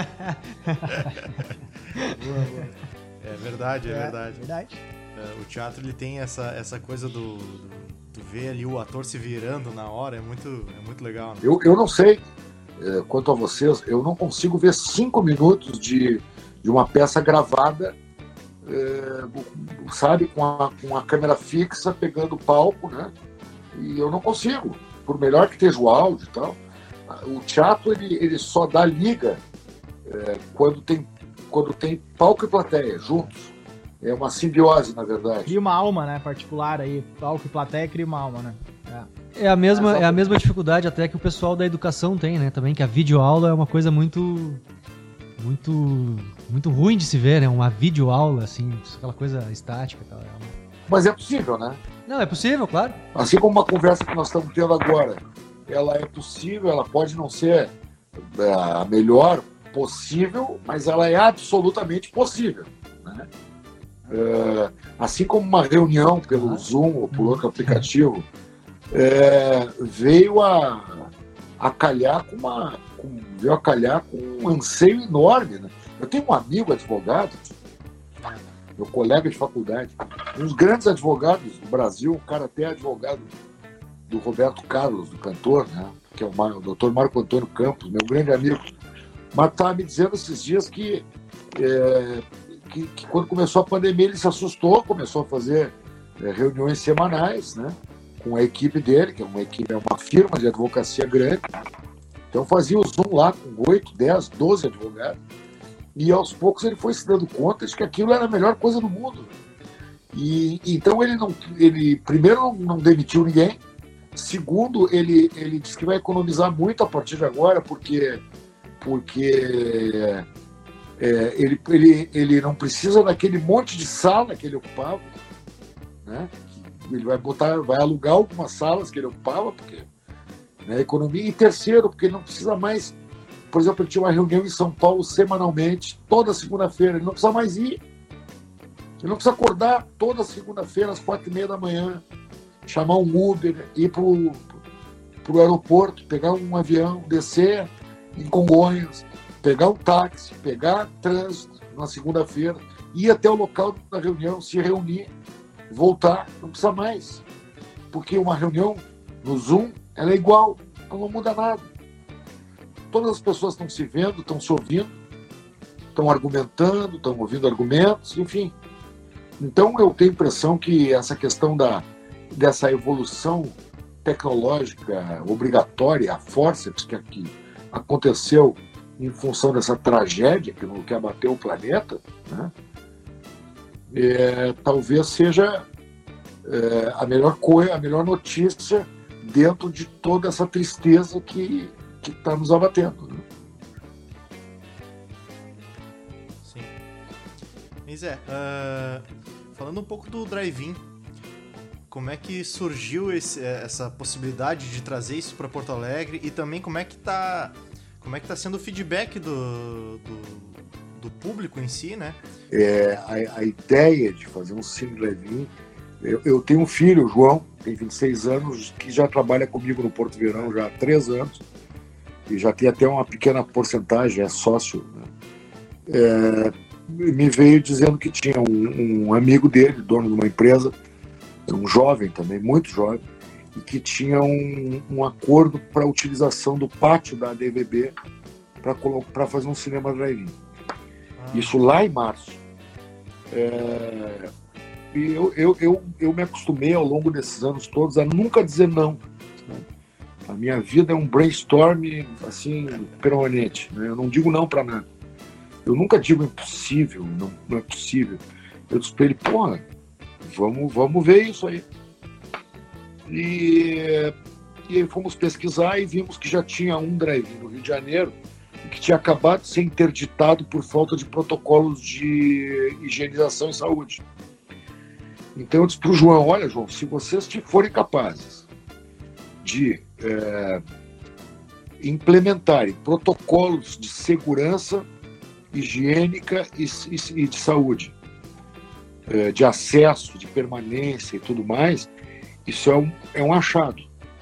É verdade, é, é verdade. verdade. É, o teatro ele tem essa, essa coisa do, do tu vê ali o ator se virando na hora, é muito, é muito legal, né? Eu, eu não sei, é, quanto a vocês, eu não consigo ver cinco minutos de, de uma peça gravada, é, sabe, com a, com a câmera fixa pegando o palco, né? E eu não consigo, por melhor que esteja o áudio e tal. O teatro, ele, ele só dá liga é, quando, tem, quando tem palco e plateia juntos. É uma simbiose, na verdade. Cria uma alma, né, particular aí. Palco e plateia cria uma alma, né? É. É a mesma, é a mesma dificuldade até que o pessoal da educação tem, né? Também que a videoaula é uma coisa muito, muito, muito ruim de se ver, né? Uma videoaula, assim, aquela coisa estática e tal. É uma... Mas é possível, né? Não, é possível, claro. Assim como uma conversa que nós estamos tendo agora, ela é possível, ela pode não ser a melhor possível, mas ela é absolutamente possível, né? É, assim como uma reunião pelo ah, Zoom ou por outro aplicativo é, veio a, a calhar com uma com, veio a calhar com um anseio enorme, né? Eu tenho um amigo advogado, meu colega de faculdade, um dos grandes advogados do Brasil, um cara até advogado do Roberto Carlos, do cantor, né? Que é o, o doutor Marco Antônio Campos, meu grande amigo. Mas estava me dizendo esses dias que é, Que, que quando começou a pandemia ele se assustou, começou a fazer é, reuniões semanais, né, com a equipe dele, que é uma, equipe, é uma firma de advocacia grande. Então fazia o Zoom lá com oito, dez, doze advogados, e aos poucos ele foi se dando conta de que aquilo era a melhor coisa do mundo. E então ele, não, ele primeiro não, não demitiu ninguém, segundo ele, ele disse que vai economizar muito a partir de agora, porque... porque É, ele, ele, ele não precisa daquele monte de sala que ele ocupava, né? Ele vai botar, vai alugar algumas salas que ele ocupava, porque né, economia. E terceiro, porque ele não precisa mais, por exemplo, ele tinha uma reunião em São Paulo semanalmente, toda segunda-feira, ele não precisa mais ir. Ele não precisa acordar toda segunda-feira às quatro e meia da manhã, chamar um Uber, ir para o aeroporto, pegar um avião, descer em Congonhas, pegar um táxi, pegar trânsito na segunda-feira, ir até o local da reunião, se reunir, voltar, não precisa mais. Porque uma reunião no Zoom, ela é igual, ela não muda nada. Todas as pessoas estão se vendo, estão se ouvindo, estão argumentando, estão ouvindo argumentos, enfim. Então eu tenho a impressão que essa questão da, dessa evolução tecnológica obrigatória, a forceps que aqui aconteceu em função dessa tragédia que, que abateu o planeta, né? É, talvez seja é, a melhor coisa, a melhor notícia dentro de toda essa tristeza que está nos abatendo. Né? Sim. Mas é, uh, falando um pouco do drive-in, como é que surgiu esse, essa possibilidade de trazer isso para Porto Alegre e também como é que está como é que tá sendo o feedback do, do, do público em si, né? É, a, a ideia de fazer um cine drive-in, eu, eu tenho um filho, o João, tem vinte e seis anos, que já trabalha comigo no Porto Verão já há três anos e já tem até uma pequena porcentagem, é sócio, né? É, me veio dizendo que tinha um, um amigo dele, dono de uma empresa, um jovem também, muito jovem, e que tinha um, um acordo para a utilização do pátio da A D V B para fazer um cinema drive-in. Ah. Isso lá em março. É, e eu, eu, eu, eu me acostumei ao longo desses anos todos a nunca dizer não. Né? A minha vida é um brainstorm assim, permanente. Né? Eu não digo não para nada. Eu nunca digo impossível, não, não é possível. Eu disse para ele, porra, vamos, vamos ver isso aí. E, e aí fomos pesquisar e vimos que já tinha um drive-in no Rio de Janeiro que tinha acabado de ser interditado por falta de protocolos de higienização e saúde. Então eu disse para o João, olha João, se vocês forem capazes de é, implementarem protocolos de segurança higiênica e, e, e de saúde, é, de acesso, de permanência e tudo mais, isso é um, é um achado.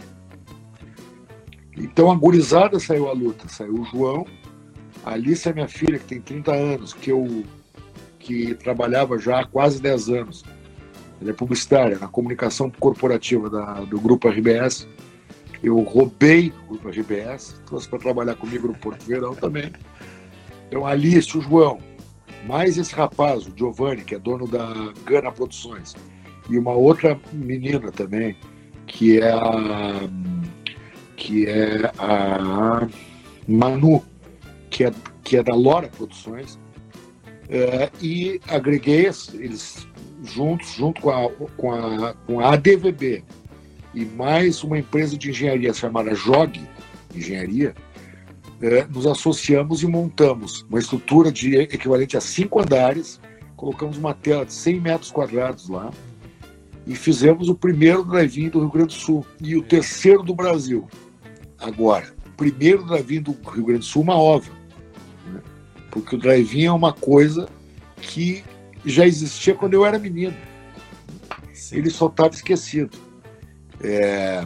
Então a gurizada saiu à luta, saiu o João, a Alice é minha filha, que tem trinta anos, que eu que trabalhava já há quase dez anos. Ela é publicitária na comunicação corporativa da, do Grupo R B S. Eu roubei o Grupo R B S, trouxe para trabalhar comigo no Porto Verão também. Então a Alice, o João, mais esse rapaz, o Giovanni, que é dono da Gana Produções, e uma outra menina também, que é a, que é a Manu, que é, que é da Lora Produções, é, e agreguei eles juntos, junto com a, com, a, com a A D V B e mais uma empresa de engenharia chamada Jog Engenharia, é, nos associamos e montamos uma estrutura de equivalente a cinco andares, colocamos uma tela de cem metros quadrados lá, e fizemos o primeiro drive-in do Rio Grande do Sul e o terceiro do Brasil. Agora, o primeiro drive-in do Rio Grande do Sul, uma obra, né? Porque o drive-in é uma coisa que já existia quando eu era menino. Sim. Ele só estava esquecido. É...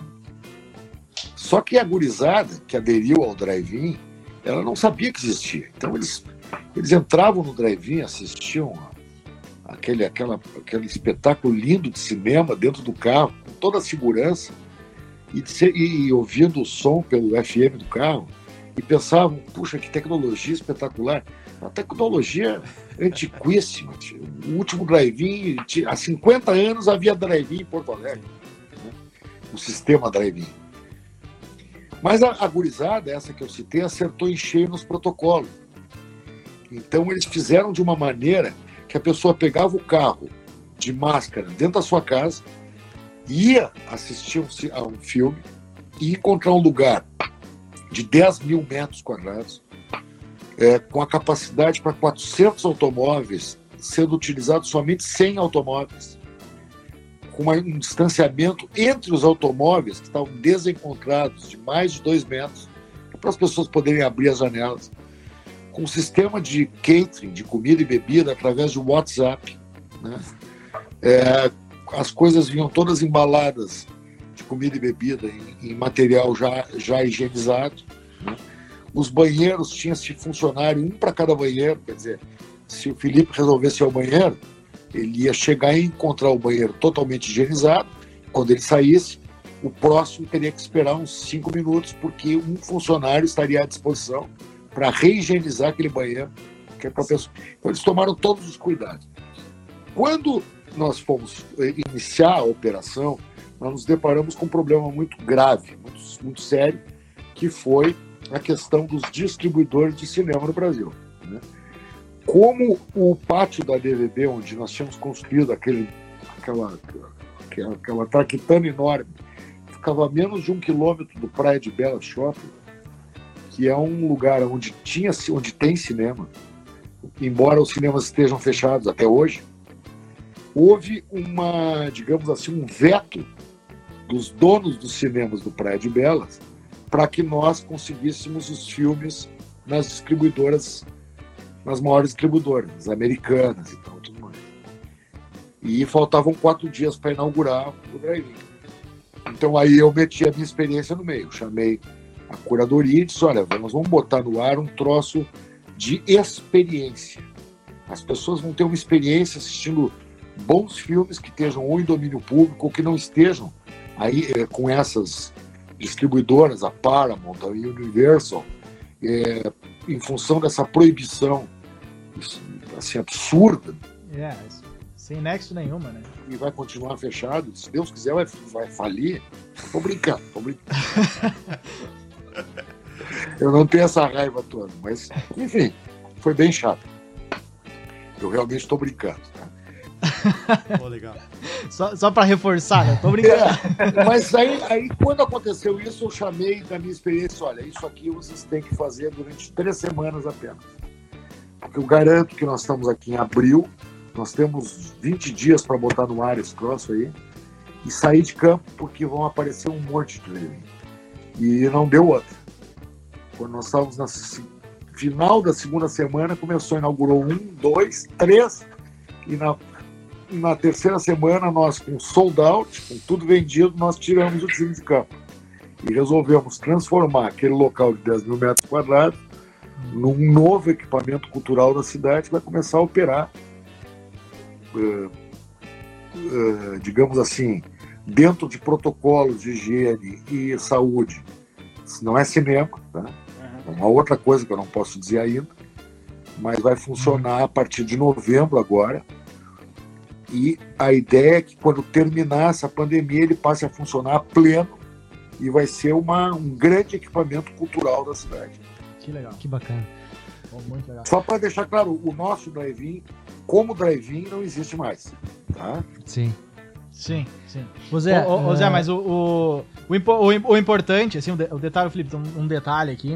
Só que a gurizada que aderiu ao drive-in, ela não sabia que existia. Então eles, eles entravam no drive-in, assistiam a Aquele, aquela, aquele espetáculo lindo de cinema dentro do carro, com toda a segurança, e, de, e ouvindo o som pelo F M do carro, e pensavam, puxa, que tecnologia espetacular. Uma tecnologia antiquíssima. O último drive-in, há cinquenta anos havia drive-in em Porto Alegre, né? O sistema drive-in. Mas a, a gurizada, essa que eu citei, acertou em cheio nos protocolos. Então eles fizeram de uma maneira que a pessoa pegava o carro de máscara dentro da sua casa, ia assistir um, a um filme e encontrar um lugar de dez mil metros quadrados, é, com a capacidade para quatrocentos automóveis, sendo utilizados somente cem automóveis, com uma, um distanciamento entre os automóveis que estavam desencontrados de mais de dois metros, para as pessoas poderem abrir as janelas, com um sistema de catering, de comida e bebida, através de WhatsApp, né? É, as coisas vinham todas embaladas de comida e bebida em, em material já, já higienizado, né? Os banheiros tinham esse funcionário, um para cada banheiro, quer dizer, se o Felipe resolvesse ir ao banheiro, ele ia chegar e encontrar o banheiro totalmente higienizado. Quando ele saísse, o próximo teria que esperar uns cinco minutos, porque um funcionário estaria à disposição para reigienizar aquele banheiro. Que é pra pessoa. Então, eles tomaram todos os cuidados. Quando nós fomos iniciar a operação, nós nos deparamos com um problema muito grave, muito, muito sério, que foi a questão dos distribuidores de cinema no Brasil, né? Como o pátio da D V B, onde nós tínhamos construído aquele, aquela, aquela, aquela traquitana enorme, ficava a menos de um quilômetro do Praia de Belas Shopping, que é um lugar onde, tinha, onde tem cinema, embora os cinemas estejam fechados até hoje, houve uma, digamos assim, um veto dos donos dos cinemas do Praia de Belas para que nós conseguíssemos os filmes nas distribuidoras, nas maiores distribuidoras, americanas e tal, tudo mais. E faltavam quatro dias para inaugurar o drive-in. Então aí eu meti a minha experiência no meio, chamei a curadoria e disse, olha, nós vamos botar no ar um troço de experiência. As pessoas vão ter uma experiência assistindo bons filmes que estejam ou em domínio público ou que não estejam aí é, com essas distribuidoras, a Paramount, a Universal, é, em função dessa proibição assim, absurda. É, sem nexo nenhuma, né? E vai continuar fechado. Se Deus quiser, vai, vai falir. Tô brincando, tô brincando. Eu não tenho essa raiva toda, mas, enfim, foi bem chato. Eu realmente estou brincando, tá? Oh, legal. Só, só para reforçar, né? Tô brincando. É, mas aí, aí, quando aconteceu isso, eu chamei da minha experiência, olha, isso aqui vocês têm que fazer durante três semanas apenas. Porque eu garanto que nós estamos aqui em abril, nós temos vinte dias para botar no ar esse troço aí, e sair de campo, porque vão aparecer um monte de livro. E não deu outra. Quando nós estávamos no final da segunda semana, começou, inaugurou um, dois, três, e na, na terceira semana, nós com sold out, com tudo vendido, nós tiramos o time de campo. E resolvemos transformar aquele local de dez mil metros quadrados num novo equipamento cultural da cidade que vai começar a operar, uh, uh, digamos assim, dentro de protocolos de higiene e saúde. Não é cinema, tá? É uma outra coisa que eu não posso dizer ainda, mas vai funcionar a partir de novembro agora. E a ideia é que quando terminar essa pandemia ele passe a funcionar a pleno e vai ser uma, um grande equipamento cultural da cidade. Que legal. Que bacana. Bom, muito legal. Só para deixar claro, o nosso drive-in, como drive-in, não existe mais, tá? Sim. Sim, sim. Ô Zé, ô, ô, ô, Zé é... mas o, o, o, impo, o, o importante, assim, o, de, o detalhe, Felipe, um, um detalhe aqui,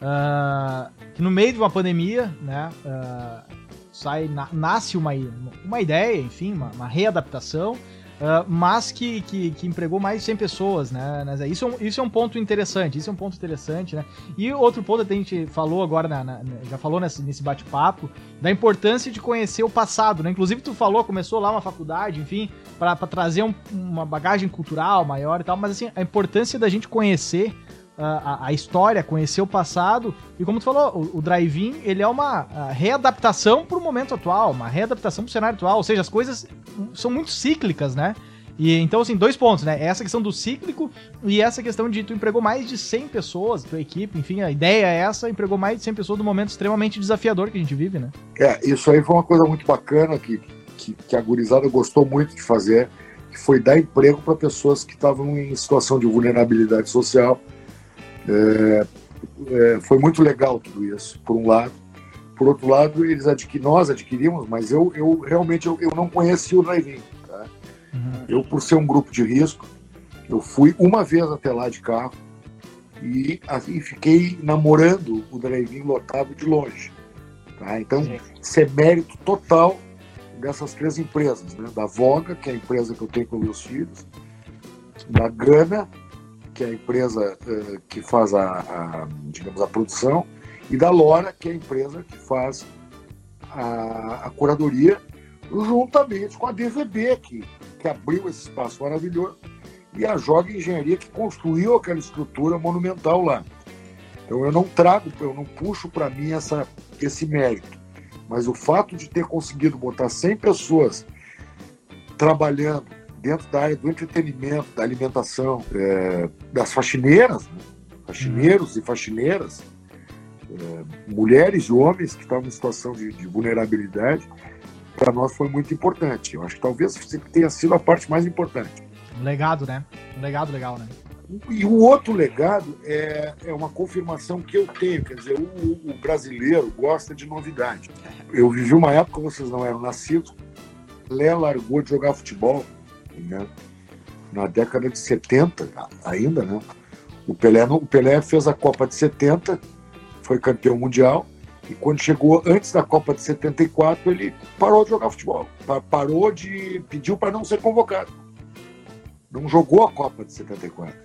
uh, que no meio de uma pandemia, né, uh, sai, na, nasce uma, uma ideia, enfim, uma, uma readaptação, uh, mas que, que, que empregou mais de cem pessoas, né, né Zé? Isso é, um, isso é um ponto interessante, isso é um ponto interessante, né, e outro ponto que a gente falou agora, na, na, já falou nesse, nesse bate-papo, da importância de conhecer o passado, né, inclusive tu falou, começou lá uma faculdade, enfim, para trazer um, uma bagagem cultural maior e tal, mas assim, a importância da gente conhecer uh, a, a história, conhecer o passado, e como tu falou, o, o drive-in, ele é uma uh, readaptação para o momento atual, uma readaptação para o cenário atual, ou seja, as coisas são muito cíclicas, né? E então, assim, dois pontos, né? Essa questão do cíclico e essa questão de tu empregou mais de cem pessoas, tua equipe, enfim, a ideia é essa, empregou mais de cem pessoas num momento extremamente desafiador que a gente vive, né? É, isso aí foi uma coisa muito bacana que, que, que a gurizada gostou muito de fazer, que foi dar emprego para pessoas que estavam em situação de vulnerabilidade social. É, é, foi muito legal tudo isso, por um lado. Por outro lado, eles adquir, nós adquirimos, mas eu, eu realmente eu, eu não conhecia o drive-in. Uhum. Eu, por ser um grupo de risco, eu fui uma vez até lá de carro e assim, fiquei namorando o drive-in lotado de longe. Tá? Então, Sim. isso é mérito total dessas três empresas, né? Da Voga, que é a empresa que eu tenho com meus filhos, da Gana, que é a empresa uh, que faz a, a, digamos, a produção, e da Lora, que é a empresa que faz a, a curadoria, juntamente com a D V B, que, que abriu esse espaço maravilhoso, e a Joga Engenharia, que construiu aquela estrutura monumental lá. Então eu não trago, eu não puxo para mim essa, esse mérito, mas o fato de ter conseguido botar cem pessoas trabalhando dentro da área do entretenimento, da alimentação, é, das faxineiras, né? faxineiros e faxineiras, é, mulheres e homens que estavam em situação de, de vulnerabilidade, para nós foi muito importante. Eu acho que talvez tenha sido a parte mais importante. Um legado, né? Um legado legal, né? E o outro legado é, é uma confirmação que eu tenho, quer dizer, o, o brasileiro gosta de novidade. Eu vivi uma época, vocês não eram nascidos, Pelé largou de jogar futebol, né? Na década de setenta, ainda, né? O Pelé, o Pelé fez a Copa de setenta, foi campeão mundial, e quando chegou antes da Copa de setenta e quatro, ele parou de jogar futebol, parou de, pediu para não ser convocado. Não jogou a Copa de setenta e quatro.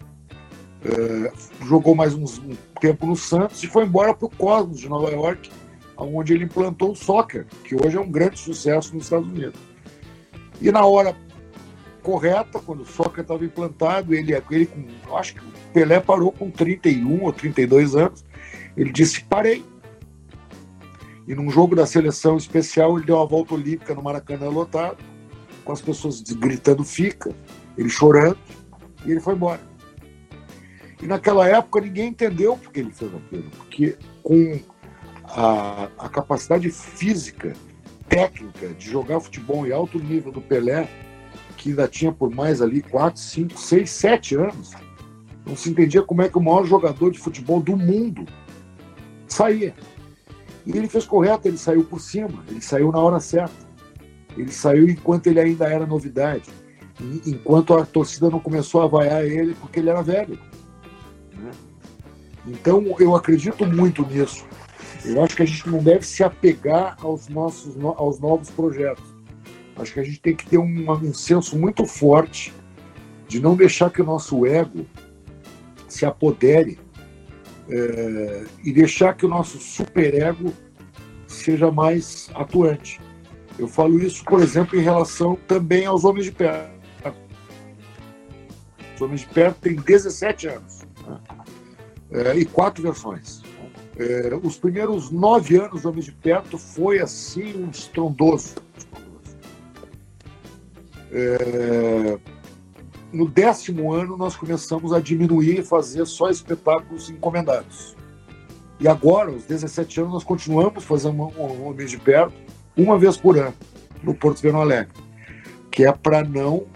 Uh, jogou mais uns, um tempo no Santos e foi embora para o Cosmos de Nova York, onde ele implantou o soccer, que hoje é um grande sucesso nos Estados Unidos. E na hora correta, quando o soccer estava implantado, ele, ele com, eu acho que o Pelé parou com trinta e um ou trinta e dois anos, ele disse, parei. E num jogo da seleção especial, ele deu uma volta olímpica no Maracanã lotado, com as pessoas gritando fica, ele chorando, e ele foi embora. E naquela época ninguém entendeu por que ele fez aquilo, porque com a, a capacidade física, técnica de jogar futebol em alto nível do Pelé, que ainda tinha por mais ali quatro, cinco, seis, sete anos, não se entendia como é que o maior jogador de futebol do mundo saía. E ele fez correto, ele saiu por cima, ele saiu na hora certa. Ele saiu enquanto ele ainda era novidade, enquanto a torcida não começou a vaiar ele porque ele era velho. Né? Então eu acredito muito nisso. Eu acho que a gente não deve se apegar aos nossos aos novos projetos. Acho que a gente tem que ter um, um senso muito forte de não deixar que o nosso ego se apodere é, e deixar que o nosso superego seja mais atuante. Eu falo isso, por exemplo, em relação também aos Homens de Perto. Os Homens de Perto têm dezessete anos, né? é, e quatro versões. É, os primeiros nove anos do Homens de Perto foi assim um estrondoso. É, no décimo ano nós começamos a diminuir e fazer só espetáculos encomendados. E agora, aos dezessete anos, nós continuamos fazendo um, um Homens de Perto uma vez por ano, no Porto Verão Alegre, que é para não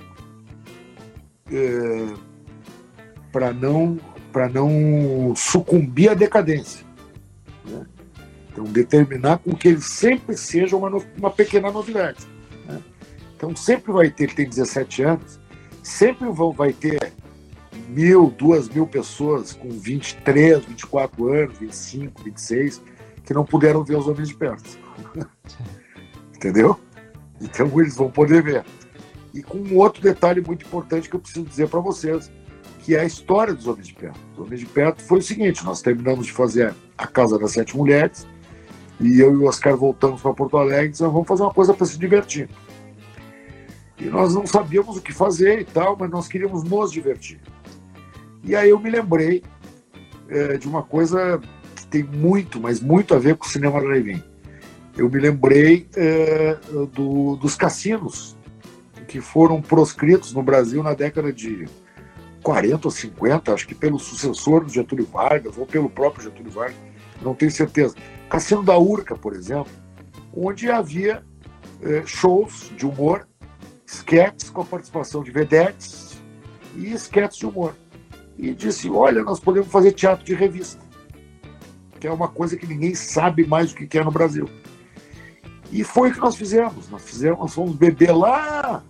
é, para não para não sucumbir à decadência, né? Então determinar com que ele sempre seja uma, no, uma pequena novidade, né? Então sempre vai ter, ele tem dezessete anos, sempre vão, vai ter mil, duas mil pessoas com vinte e três, vinte e quatro anos, vinte e cinco, vinte e seis, que não puderam ver os Homens de Perto. Entendeu? Então eles vão poder ver. E com um outro detalhe muito importante que eu preciso dizer para vocês, que é a história dos Homens de Perto. Os Homens de Perto foi o seguinte, nós terminamos de fazer a Casa das Sete Mulheres, e eu e o Oscar voltamos para Porto Alegre e disse, vamos fazer uma coisa para se divertir. E nós não sabíamos o que fazer e tal, mas nós queríamos nos divertir. E aí eu me lembrei é, de uma coisa que tem muito, mas muito a ver com o cinema drive-in. Eu me lembrei é, do, dos cassinos que foram proscritos no Brasil na década de quarenta ou cinquenta, acho que pelo sucessor do Getúlio Vargas ou pelo próprio Getúlio Vargas, não tenho certeza. Cassino da Urca, por exemplo, onde havia é, shows de humor, sketches com a participação de vedetes e sketches de humor. E disse, olha, nós podemos fazer teatro de revista, que é uma coisa que ninguém sabe mais o que é no Brasil. E foi o que nós fizemos. Nós fizemos, nós fomos beber lá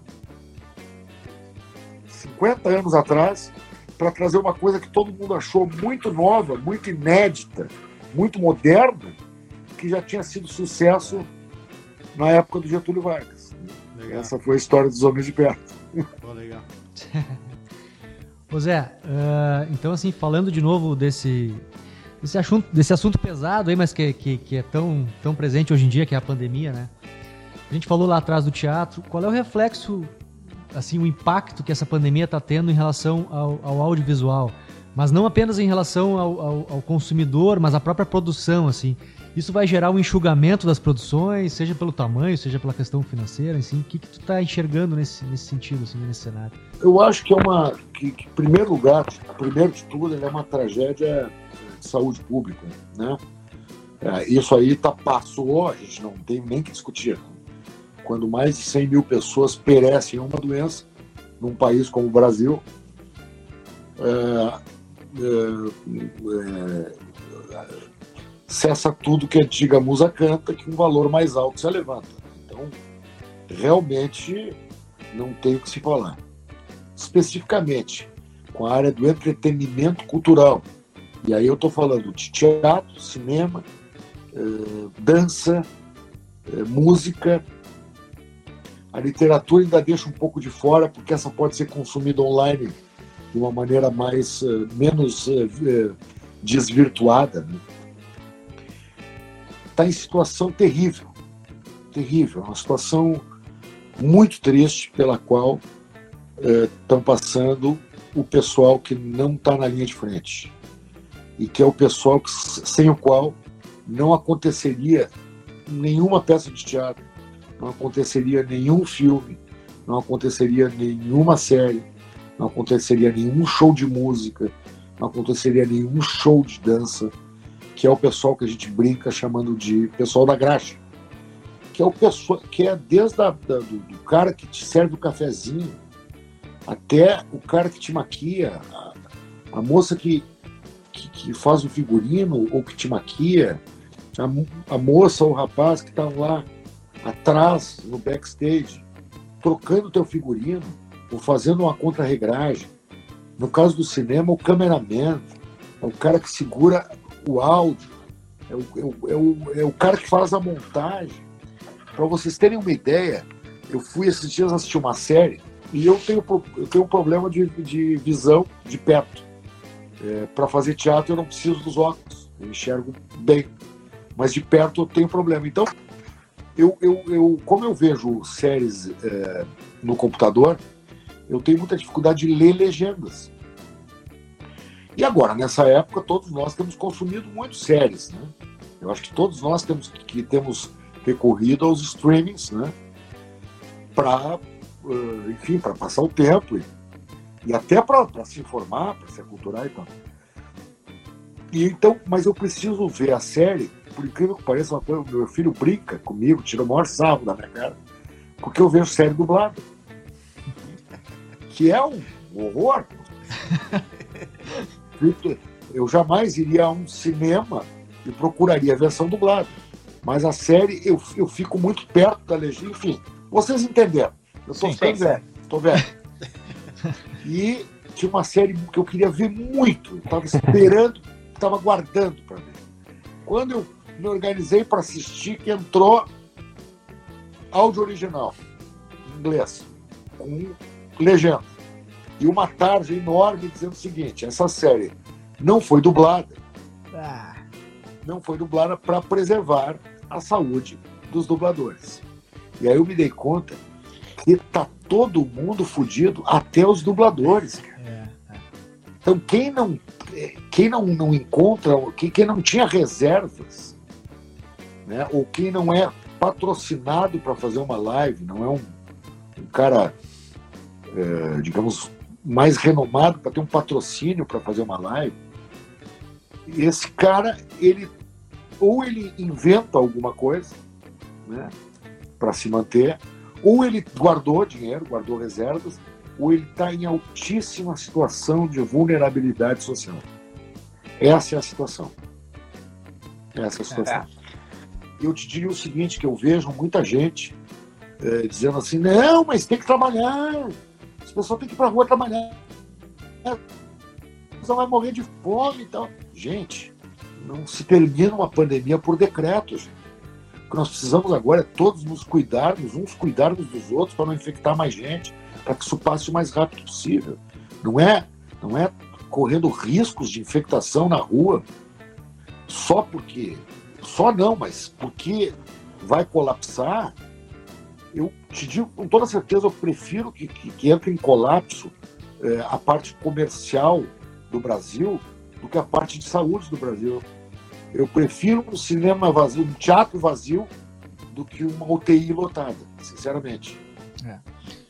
cinquenta anos atrás para trazer uma coisa que todo mundo achou muito nova, muito inédita, muito moderna, que já tinha sido sucesso na época do Getúlio Vargas. Legal. Essa foi a história dos Homens de Perto. Pô, legal. Ô Zé, uh, então assim, falando de novo desse, desse, assunto, desse assunto pesado aí, mas que, que, que é tão, tão presente hoje em dia, que é a pandemia, né? A gente falou lá atrás do teatro. Qual é o reflexo, assim, o impacto que essa pandemia está tendo em relação ao, ao audiovisual? Mas não apenas em relação ao, ao, ao consumidor, mas à própria produção, assim. Isso vai gerar um enxugamento das produções, seja pelo tamanho, seja pela questão financeira, assim. O que, que tu está enxergando nesse, nesse sentido, assim, nesse cenário? Eu acho que é uma... Que, que, em primeiro lugar, primeiro de tudo, ele é uma tragédia de saúde pública, né? É, isso aí tá, passou, a gente não tem nem que discutir. Quando mais de cem mil pessoas perecem em uma doença, num país como o Brasil, é, é, é, cessa tudo que a antiga musa canta, que um valor mais alto se levanta. Então, realmente, não tem o que se falar. Especificamente, com a área do entretenimento cultural, e aí eu estou falando de teatro, cinema, é, dança, é, música. A literatura ainda deixa um pouco de fora, porque essa pode ser consumida online de uma maneira mais, uh, menos uh, uh, desvirtuada. Está, né? Em situação terrível, terrível, uma situação muito triste pela qual estão uh, passando o pessoal que não está na linha de frente e que é o pessoal que, sem o qual não aconteceria nenhuma peça de teatro, não aconteceria nenhum filme, não aconteceria nenhuma série, não aconteceria nenhum show de música, não aconteceria nenhum show de dança, que é o pessoal que a gente brinca chamando de pessoal da graxa, que é o pessoal que é desde a, da, do, do cara que te serve o cafezinho até o cara que te maquia, a, a moça que, que, que faz o figurino ou que te maquia, a, a moça ou o rapaz que estão lá atrás, no backstage, trocando teu figurino ou fazendo uma contra-regragem. No caso do cinema, o cameraman é o cara que segura o áudio, é o, é o, é o, é o cara que faz a montagem. Para vocês terem uma ideia, eu fui esses dias assistir uma série e eu tenho, eu tenho um problema de, de visão de perto. É, para fazer teatro eu não preciso dos óculos, eu enxergo bem, mas de perto eu tenho problema. Então, Eu, eu, eu, como eu vejo séries é, no computador, eu tenho muita dificuldade de ler legendas. E agora, nessa época, todos nós temos consumido muito séries, né? Eu acho que todos nós temos que temos recorrido aos streamings, né? Para, uh, enfim, para passar o tempo e, e até para se informar, para se aculturar e tal. E então, mas eu preciso ver a série. Por incrível que pareça, uma coisa, meu filho brinca comigo, tira o maior sarro da minha cara, porque eu vejo série dublada. Que é um horror. Eu jamais iria a um cinema e procuraria a versão dublada. Mas a série, eu, eu fico muito perto da legenda. Enfim, vocês entenderam. Eu estou ficando velho. Estou velho. E tinha uma série que eu queria ver muito. Eu estava esperando, estava aguardando para ver. Quando eu me organizei para assistir, que entrou áudio original, em inglês, com legenda. E uma tarja enorme dizendo o seguinte: essa série não foi dublada. Ah. Não foi dublada para preservar a saúde dos dubladores. E aí eu me dei conta que tá todo mundo fudido, até os dubladores. É, é. Então quem não, quem não, não encontra, quem, quem não tinha reservas, né, ou quem não é patrocinado para fazer uma live, não é um, um cara, é, digamos, mais renomado para ter um patrocínio para fazer uma live, esse cara, ele ou ele inventa alguma coisa, né, para se manter, ou ele guardou dinheiro, guardou reservas, ou ele está em altíssima situação de vulnerabilidade social. Essa é a situação. Essa é a situação. É. Eu te diria o seguinte, que eu vejo muita gente é, dizendo assim, não, mas tem que trabalhar, as pessoas têm que ir para a rua trabalhar, você vai morrer de fome e tal. Gente, não se termina uma pandemia por decreto, gente. O que nós precisamos agora é todos nos cuidarmos, uns cuidarmos dos outros para não infectar mais gente, para que isso passe o mais rápido possível. Não é, não é correndo riscos de infectação na rua só porque... Só não, mas porque vai colapsar, eu te digo com toda certeza, eu prefiro que, que, que entre em colapso é, a parte comercial do Brasil do que a parte de saúde do Brasil. Eu prefiro um cinema vazio, um teatro vazio, do que uma U T I lotada, sinceramente. É.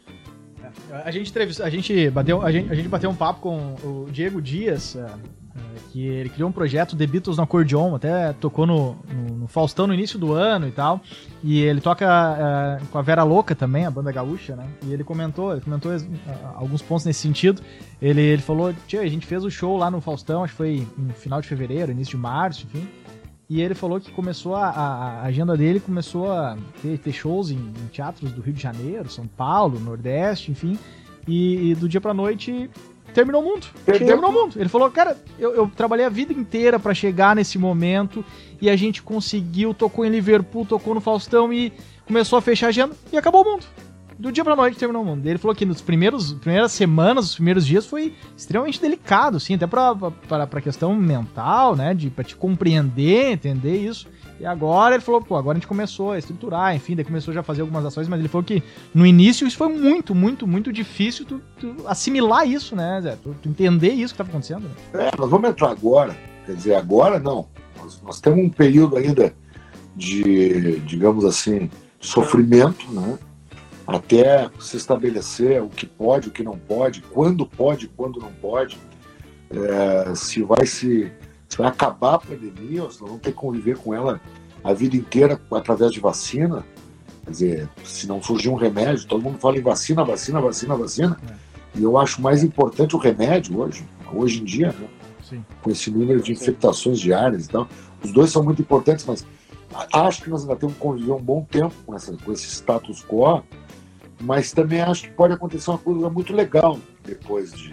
É. A gente entrevistou, a gente bateu, a gente, a gente bateu um papo com o Diego Dias, é, que ele criou um projeto The Beatles no acordeon, até tocou no, no, no Faustão no início do ano e tal, e ele toca é, com a Vera Louca também, a banda gaúcha, né, e ele comentou, ele comentou uh, alguns pontos nesse sentido. Ele, ele falou, tia, a gente fez o show lá no Faustão, acho que foi no final de fevereiro, início de março, enfim, e ele falou que começou a, a agenda dele começou a ter, ter shows em, em teatros do Rio de Janeiro, São Paulo, Nordeste, enfim, e, e do dia pra noite terminou o mundo. Terminou o mundo. Ele falou, cara, eu, eu trabalhei a vida inteira pra chegar nesse momento e a gente conseguiu, tocou em Liverpool, tocou no Faustão e começou a fechar a agenda e acabou o mundo. Do dia pra noite terminou o mundo. Ele falou que nos primeiros primeiras semanas, os primeiros dias foi extremamente delicado, assim, até pra, pra, pra questão mental, né, de, pra te compreender, entender isso. E agora ele falou, pô, agora a gente começou a estruturar, enfim, daí começou já a fazer algumas ações, mas ele falou que no início isso foi muito, muito, muito difícil tu, tu assimilar isso, né, Zé? Tu, tu entender isso que tava acontecendo. Né? É, nós vamos entrar agora, quer dizer, agora não. Nós, nós temos um período ainda de, digamos assim, sofrimento, né? Até se estabelecer o que pode, o que não pode, quando pode, quando não pode, é, se vai se, se vai acabar a pandemia, ou se nós vamos ter que conviver com ela a vida inteira através de vacina. Quer dizer, se não surgir um remédio, todo mundo fala em vacina, vacina, vacina, vacina, é. E eu acho mais importante o remédio hoje, hoje em dia, né? Sim. Com esse número de infectações diárias e tal. Os dois são muito importantes, mas acho que nós ainda temos que conviver um bom tempo com, essa, com esse status quo. Mas também acho que pode acontecer uma coisa muito legal depois de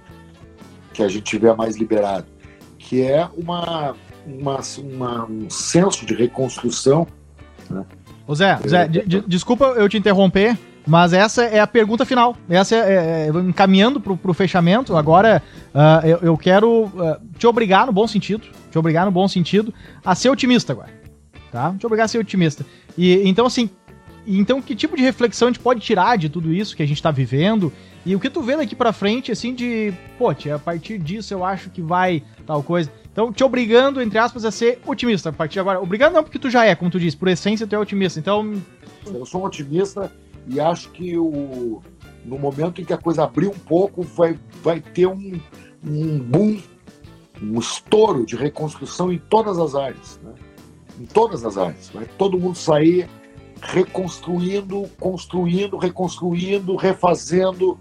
que a gente tiver mais liberado, que é uma, uma, uma um senso de reconstrução. Né? Ô Zé, é, Zé é, d- d- desculpa eu te interromper, mas essa é a pergunta final. Essa é, é, é encaminhando pro, pro fechamento. Agora uh, eu, eu quero uh, te obrigar no bom sentido, te obrigar no bom sentido a ser otimista agora, tá? Te obrigar a ser otimista. E então assim. Então, que tipo de reflexão a gente pode tirar de tudo isso que a gente tá vivendo? E o que tu vê daqui pra frente, assim, de... Pô, tia, a partir disso eu acho que vai tal coisa. Então, te obrigando, entre aspas, a ser otimista a partir de agora. Obrigado não, porque tu já é, como tu disse. Por essência, tu é otimista. Então... Eu sou um otimista e acho que o, no momento em que a coisa abrir um pouco, vai, vai ter um, um boom, um estouro de reconstrução em todas as áreas. Né? Em todas as áreas. Vai todo mundo sair... reconstruindo, construindo, reconstruindo, refazendo,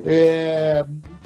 é,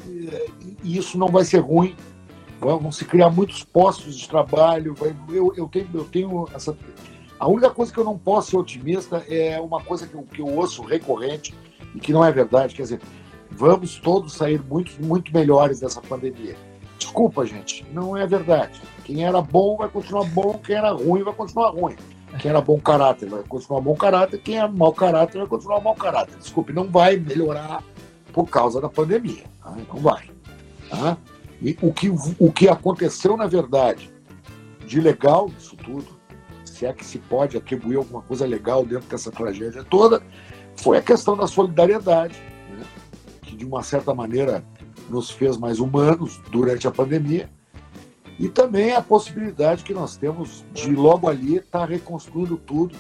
e isso não vai ser ruim, vão se criar muitos postos de trabalho, vai, eu, eu, tenho, eu tenho essa... A única coisa que eu não posso ser otimista é uma coisa que eu, que eu ouço recorrente e que não é verdade, quer dizer, vamos todos sair muito, muito melhores dessa pandemia. Desculpa, gente, não é verdade. Quem era bom vai continuar bom, quem era ruim vai continuar ruim. Quem era bom caráter vai continuar bom caráter, quem é mau caráter vai continuar mau caráter. Desculpe, não vai melhorar por causa da pandemia. Tá? Não vai. Tá? E o que, o que aconteceu, na verdade, de legal nisso tudo, se é que se pode atribuir alguma coisa legal dentro dessa tragédia toda, foi a questão da solidariedade, né? Que de uma certa maneira nos fez mais humanos durante a pandemia. E também a possibilidade que nós temos de logo ali estar reconstruindo tudo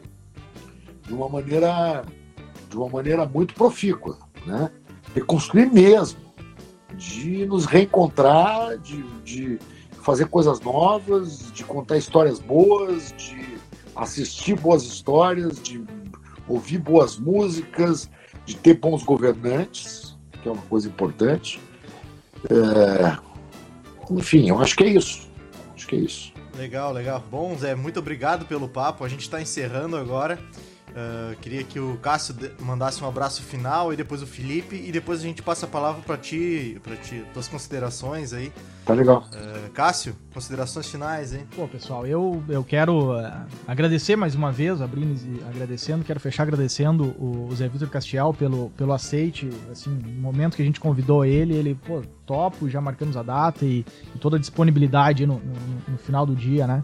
de uma maneira, de uma maneira muito profícua, né? Reconstruir mesmo, de nos reencontrar, de, de fazer coisas novas, de contar histórias boas, de assistir boas histórias, de ouvir boas músicas, de ter bons governantes, que é uma coisa importante. É... Enfim, eu acho que é isso. Acho que é isso. Legal, legal. Bom, Zé, muito obrigado pelo papo. A gente está encerrando agora. Uh, queria que o Cássio mandasse um abraço final e depois o Felipe, e depois a gente passa a palavra para ti, para ti, tuas considerações aí. Tá legal. Uh, Cássio, considerações finais, hein? Pô, pessoal, eu, eu quero uh, agradecer mais uma vez, abrindo e agradecendo, quero fechar agradecendo o, o Zé Vitor Castiel pelo, pelo aceite, assim, no momento que a gente convidou ele, ele, pô, topo, já marcamos a data e, e toda a disponibilidade no, no, no final do dia, né?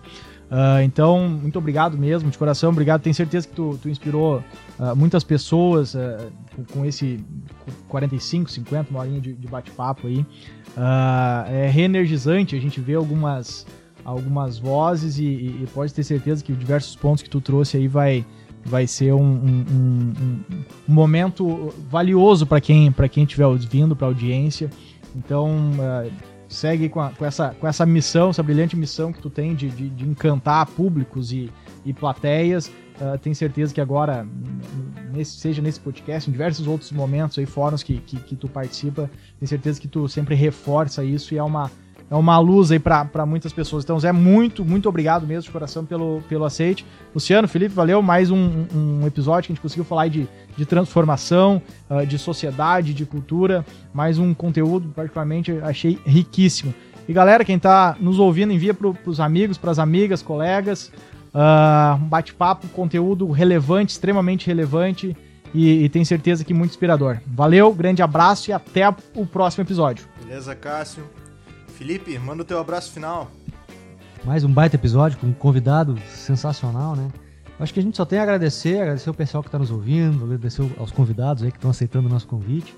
Uh, então, muito obrigado mesmo, de coração, obrigado. Tenho certeza que tu, tu inspirou uh, muitas pessoas uh, com, com esse quarenta e cinco, cinquenta, uma horinha de, de bate-papo aí. Uh, é reenergizante a gente vê algumas, algumas vozes e, e, e pode ter certeza que diversos pontos que tu trouxe aí vai, vai ser um, um, um, um momento valioso para quem para quem estiver ouvindo, para a audiência. Então, uh, segue com, a, com, essa, com essa missão, essa brilhante missão que tu tem de, de, de encantar públicos e, e plateias. Uh, tenho certeza que agora, nesse, seja nesse podcast, em diversos outros momentos aí, fóruns que, que, que tu participa, tenho certeza que tu sempre reforça isso e é uma, é uma luz aí para muitas pessoas. Então, Zé, muito, muito obrigado mesmo de coração pelo, pelo aceite. Luciano, Felipe, valeu. Mais um, um episódio que a gente conseguiu falar aí de, de transformação, uh, de sociedade, de cultura. Mais um conteúdo, particularmente, achei riquíssimo. E galera, quem tá nos ouvindo, envia para os amigos, para as amigas, colegas. Uh, um bate-papo, conteúdo relevante, extremamente relevante e, e tenho certeza que muito inspirador. Valeu, grande abraço e até o próximo episódio. Beleza, Cássio. Felipe, manda o teu abraço final. Mais um baita episódio com um convidado sensacional, né? Acho que a gente só tem a agradecer, agradecer o pessoal que está nos ouvindo, agradecer aos convidados aí que estão aceitando o nosso convite.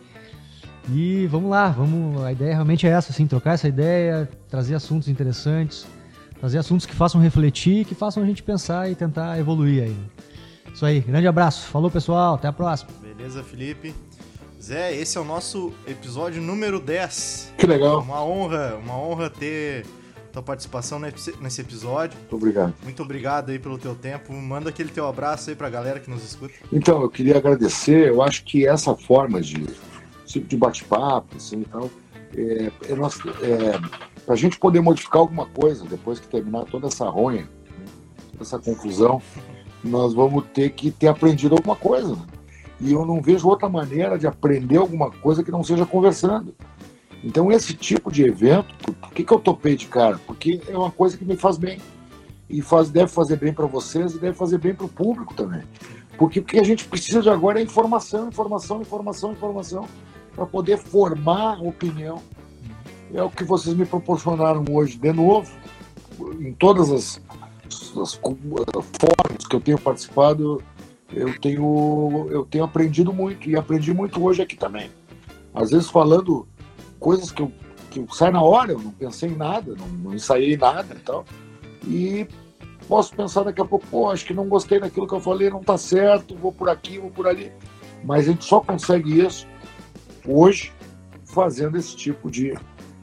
E vamos lá, vamos, a ideia realmente é essa, assim, trocar essa ideia, trazer assuntos interessantes, trazer assuntos que façam refletir, que façam a gente pensar e tentar evoluir aí. Isso aí, grande abraço. Falou, pessoal. Até a próxima. Beleza, Felipe. Zé, esse é o nosso episódio número dez. Que legal. Uma honra, uma honra ter tua participação nesse episódio. Muito obrigado. Muito obrigado aí pelo teu tempo. Manda aquele teu abraço aí pra galera que nos escuta. Então, eu queria agradecer. Eu acho que essa forma de, de bate-papo, assim, então, é, é, nosso, é para a gente poder modificar alguma coisa depois que terminar toda essa ronha, né, toda essa confusão, nós vamos ter que ter aprendido alguma coisa. Né? E eu não vejo outra maneira de aprender alguma coisa que não seja conversando. Então, esse tipo de evento, por que, que eu topei de cara? Porque é uma coisa que me faz bem. E faz, deve fazer bem para vocês e deve fazer bem para o público também. Porque o que a gente precisa de agora é informação, informação, informação, informação, para poder formar opinião. É o que vocês me proporcionaram hoje, de novo, em todas as, as formas que eu tenho participado, eu tenho, eu tenho aprendido muito, e aprendi muito hoje aqui também. Às vezes falando coisas que eu, que eu saio na hora, eu não pensei em nada, não, não ensaiei nada e tal, e posso pensar daqui a pouco, pô, acho que não gostei daquilo que eu falei, não tá certo, vou por aqui, vou por ali, mas a gente só consegue isso hoje fazendo esse tipo de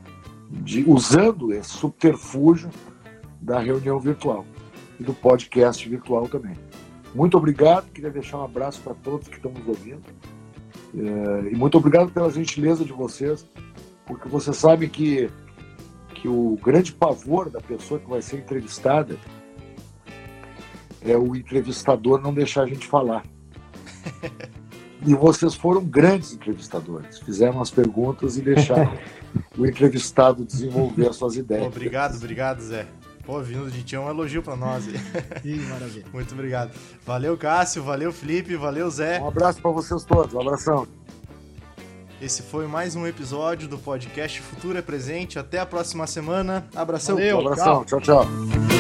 De, usando esse subterfúgio da reunião virtual e do podcast virtual também. Muito obrigado, queria deixar um abraço para todos que estão nos ouvindo é, e muito obrigado pela gentileza de vocês, porque vocês sabem que, que o grande pavor da pessoa que vai ser entrevistada é o entrevistador não deixar a gente falar. E vocês foram grandes entrevistadores, fizeram as perguntas e deixaram o entrevistado desenvolver as suas ideias. Obrigado, obrigado, Zé. Pô, vindo de ti é um elogio pra nós. Ih, maravilha. Muito obrigado. Valeu, Cássio, valeu, Felipe, valeu, Zé. Um abraço pra vocês todos, um abração. Esse foi mais um episódio do podcast Futuro é Presente. Até a próxima semana. Abração. Valeu, um abração, tchau, tchau. tchau.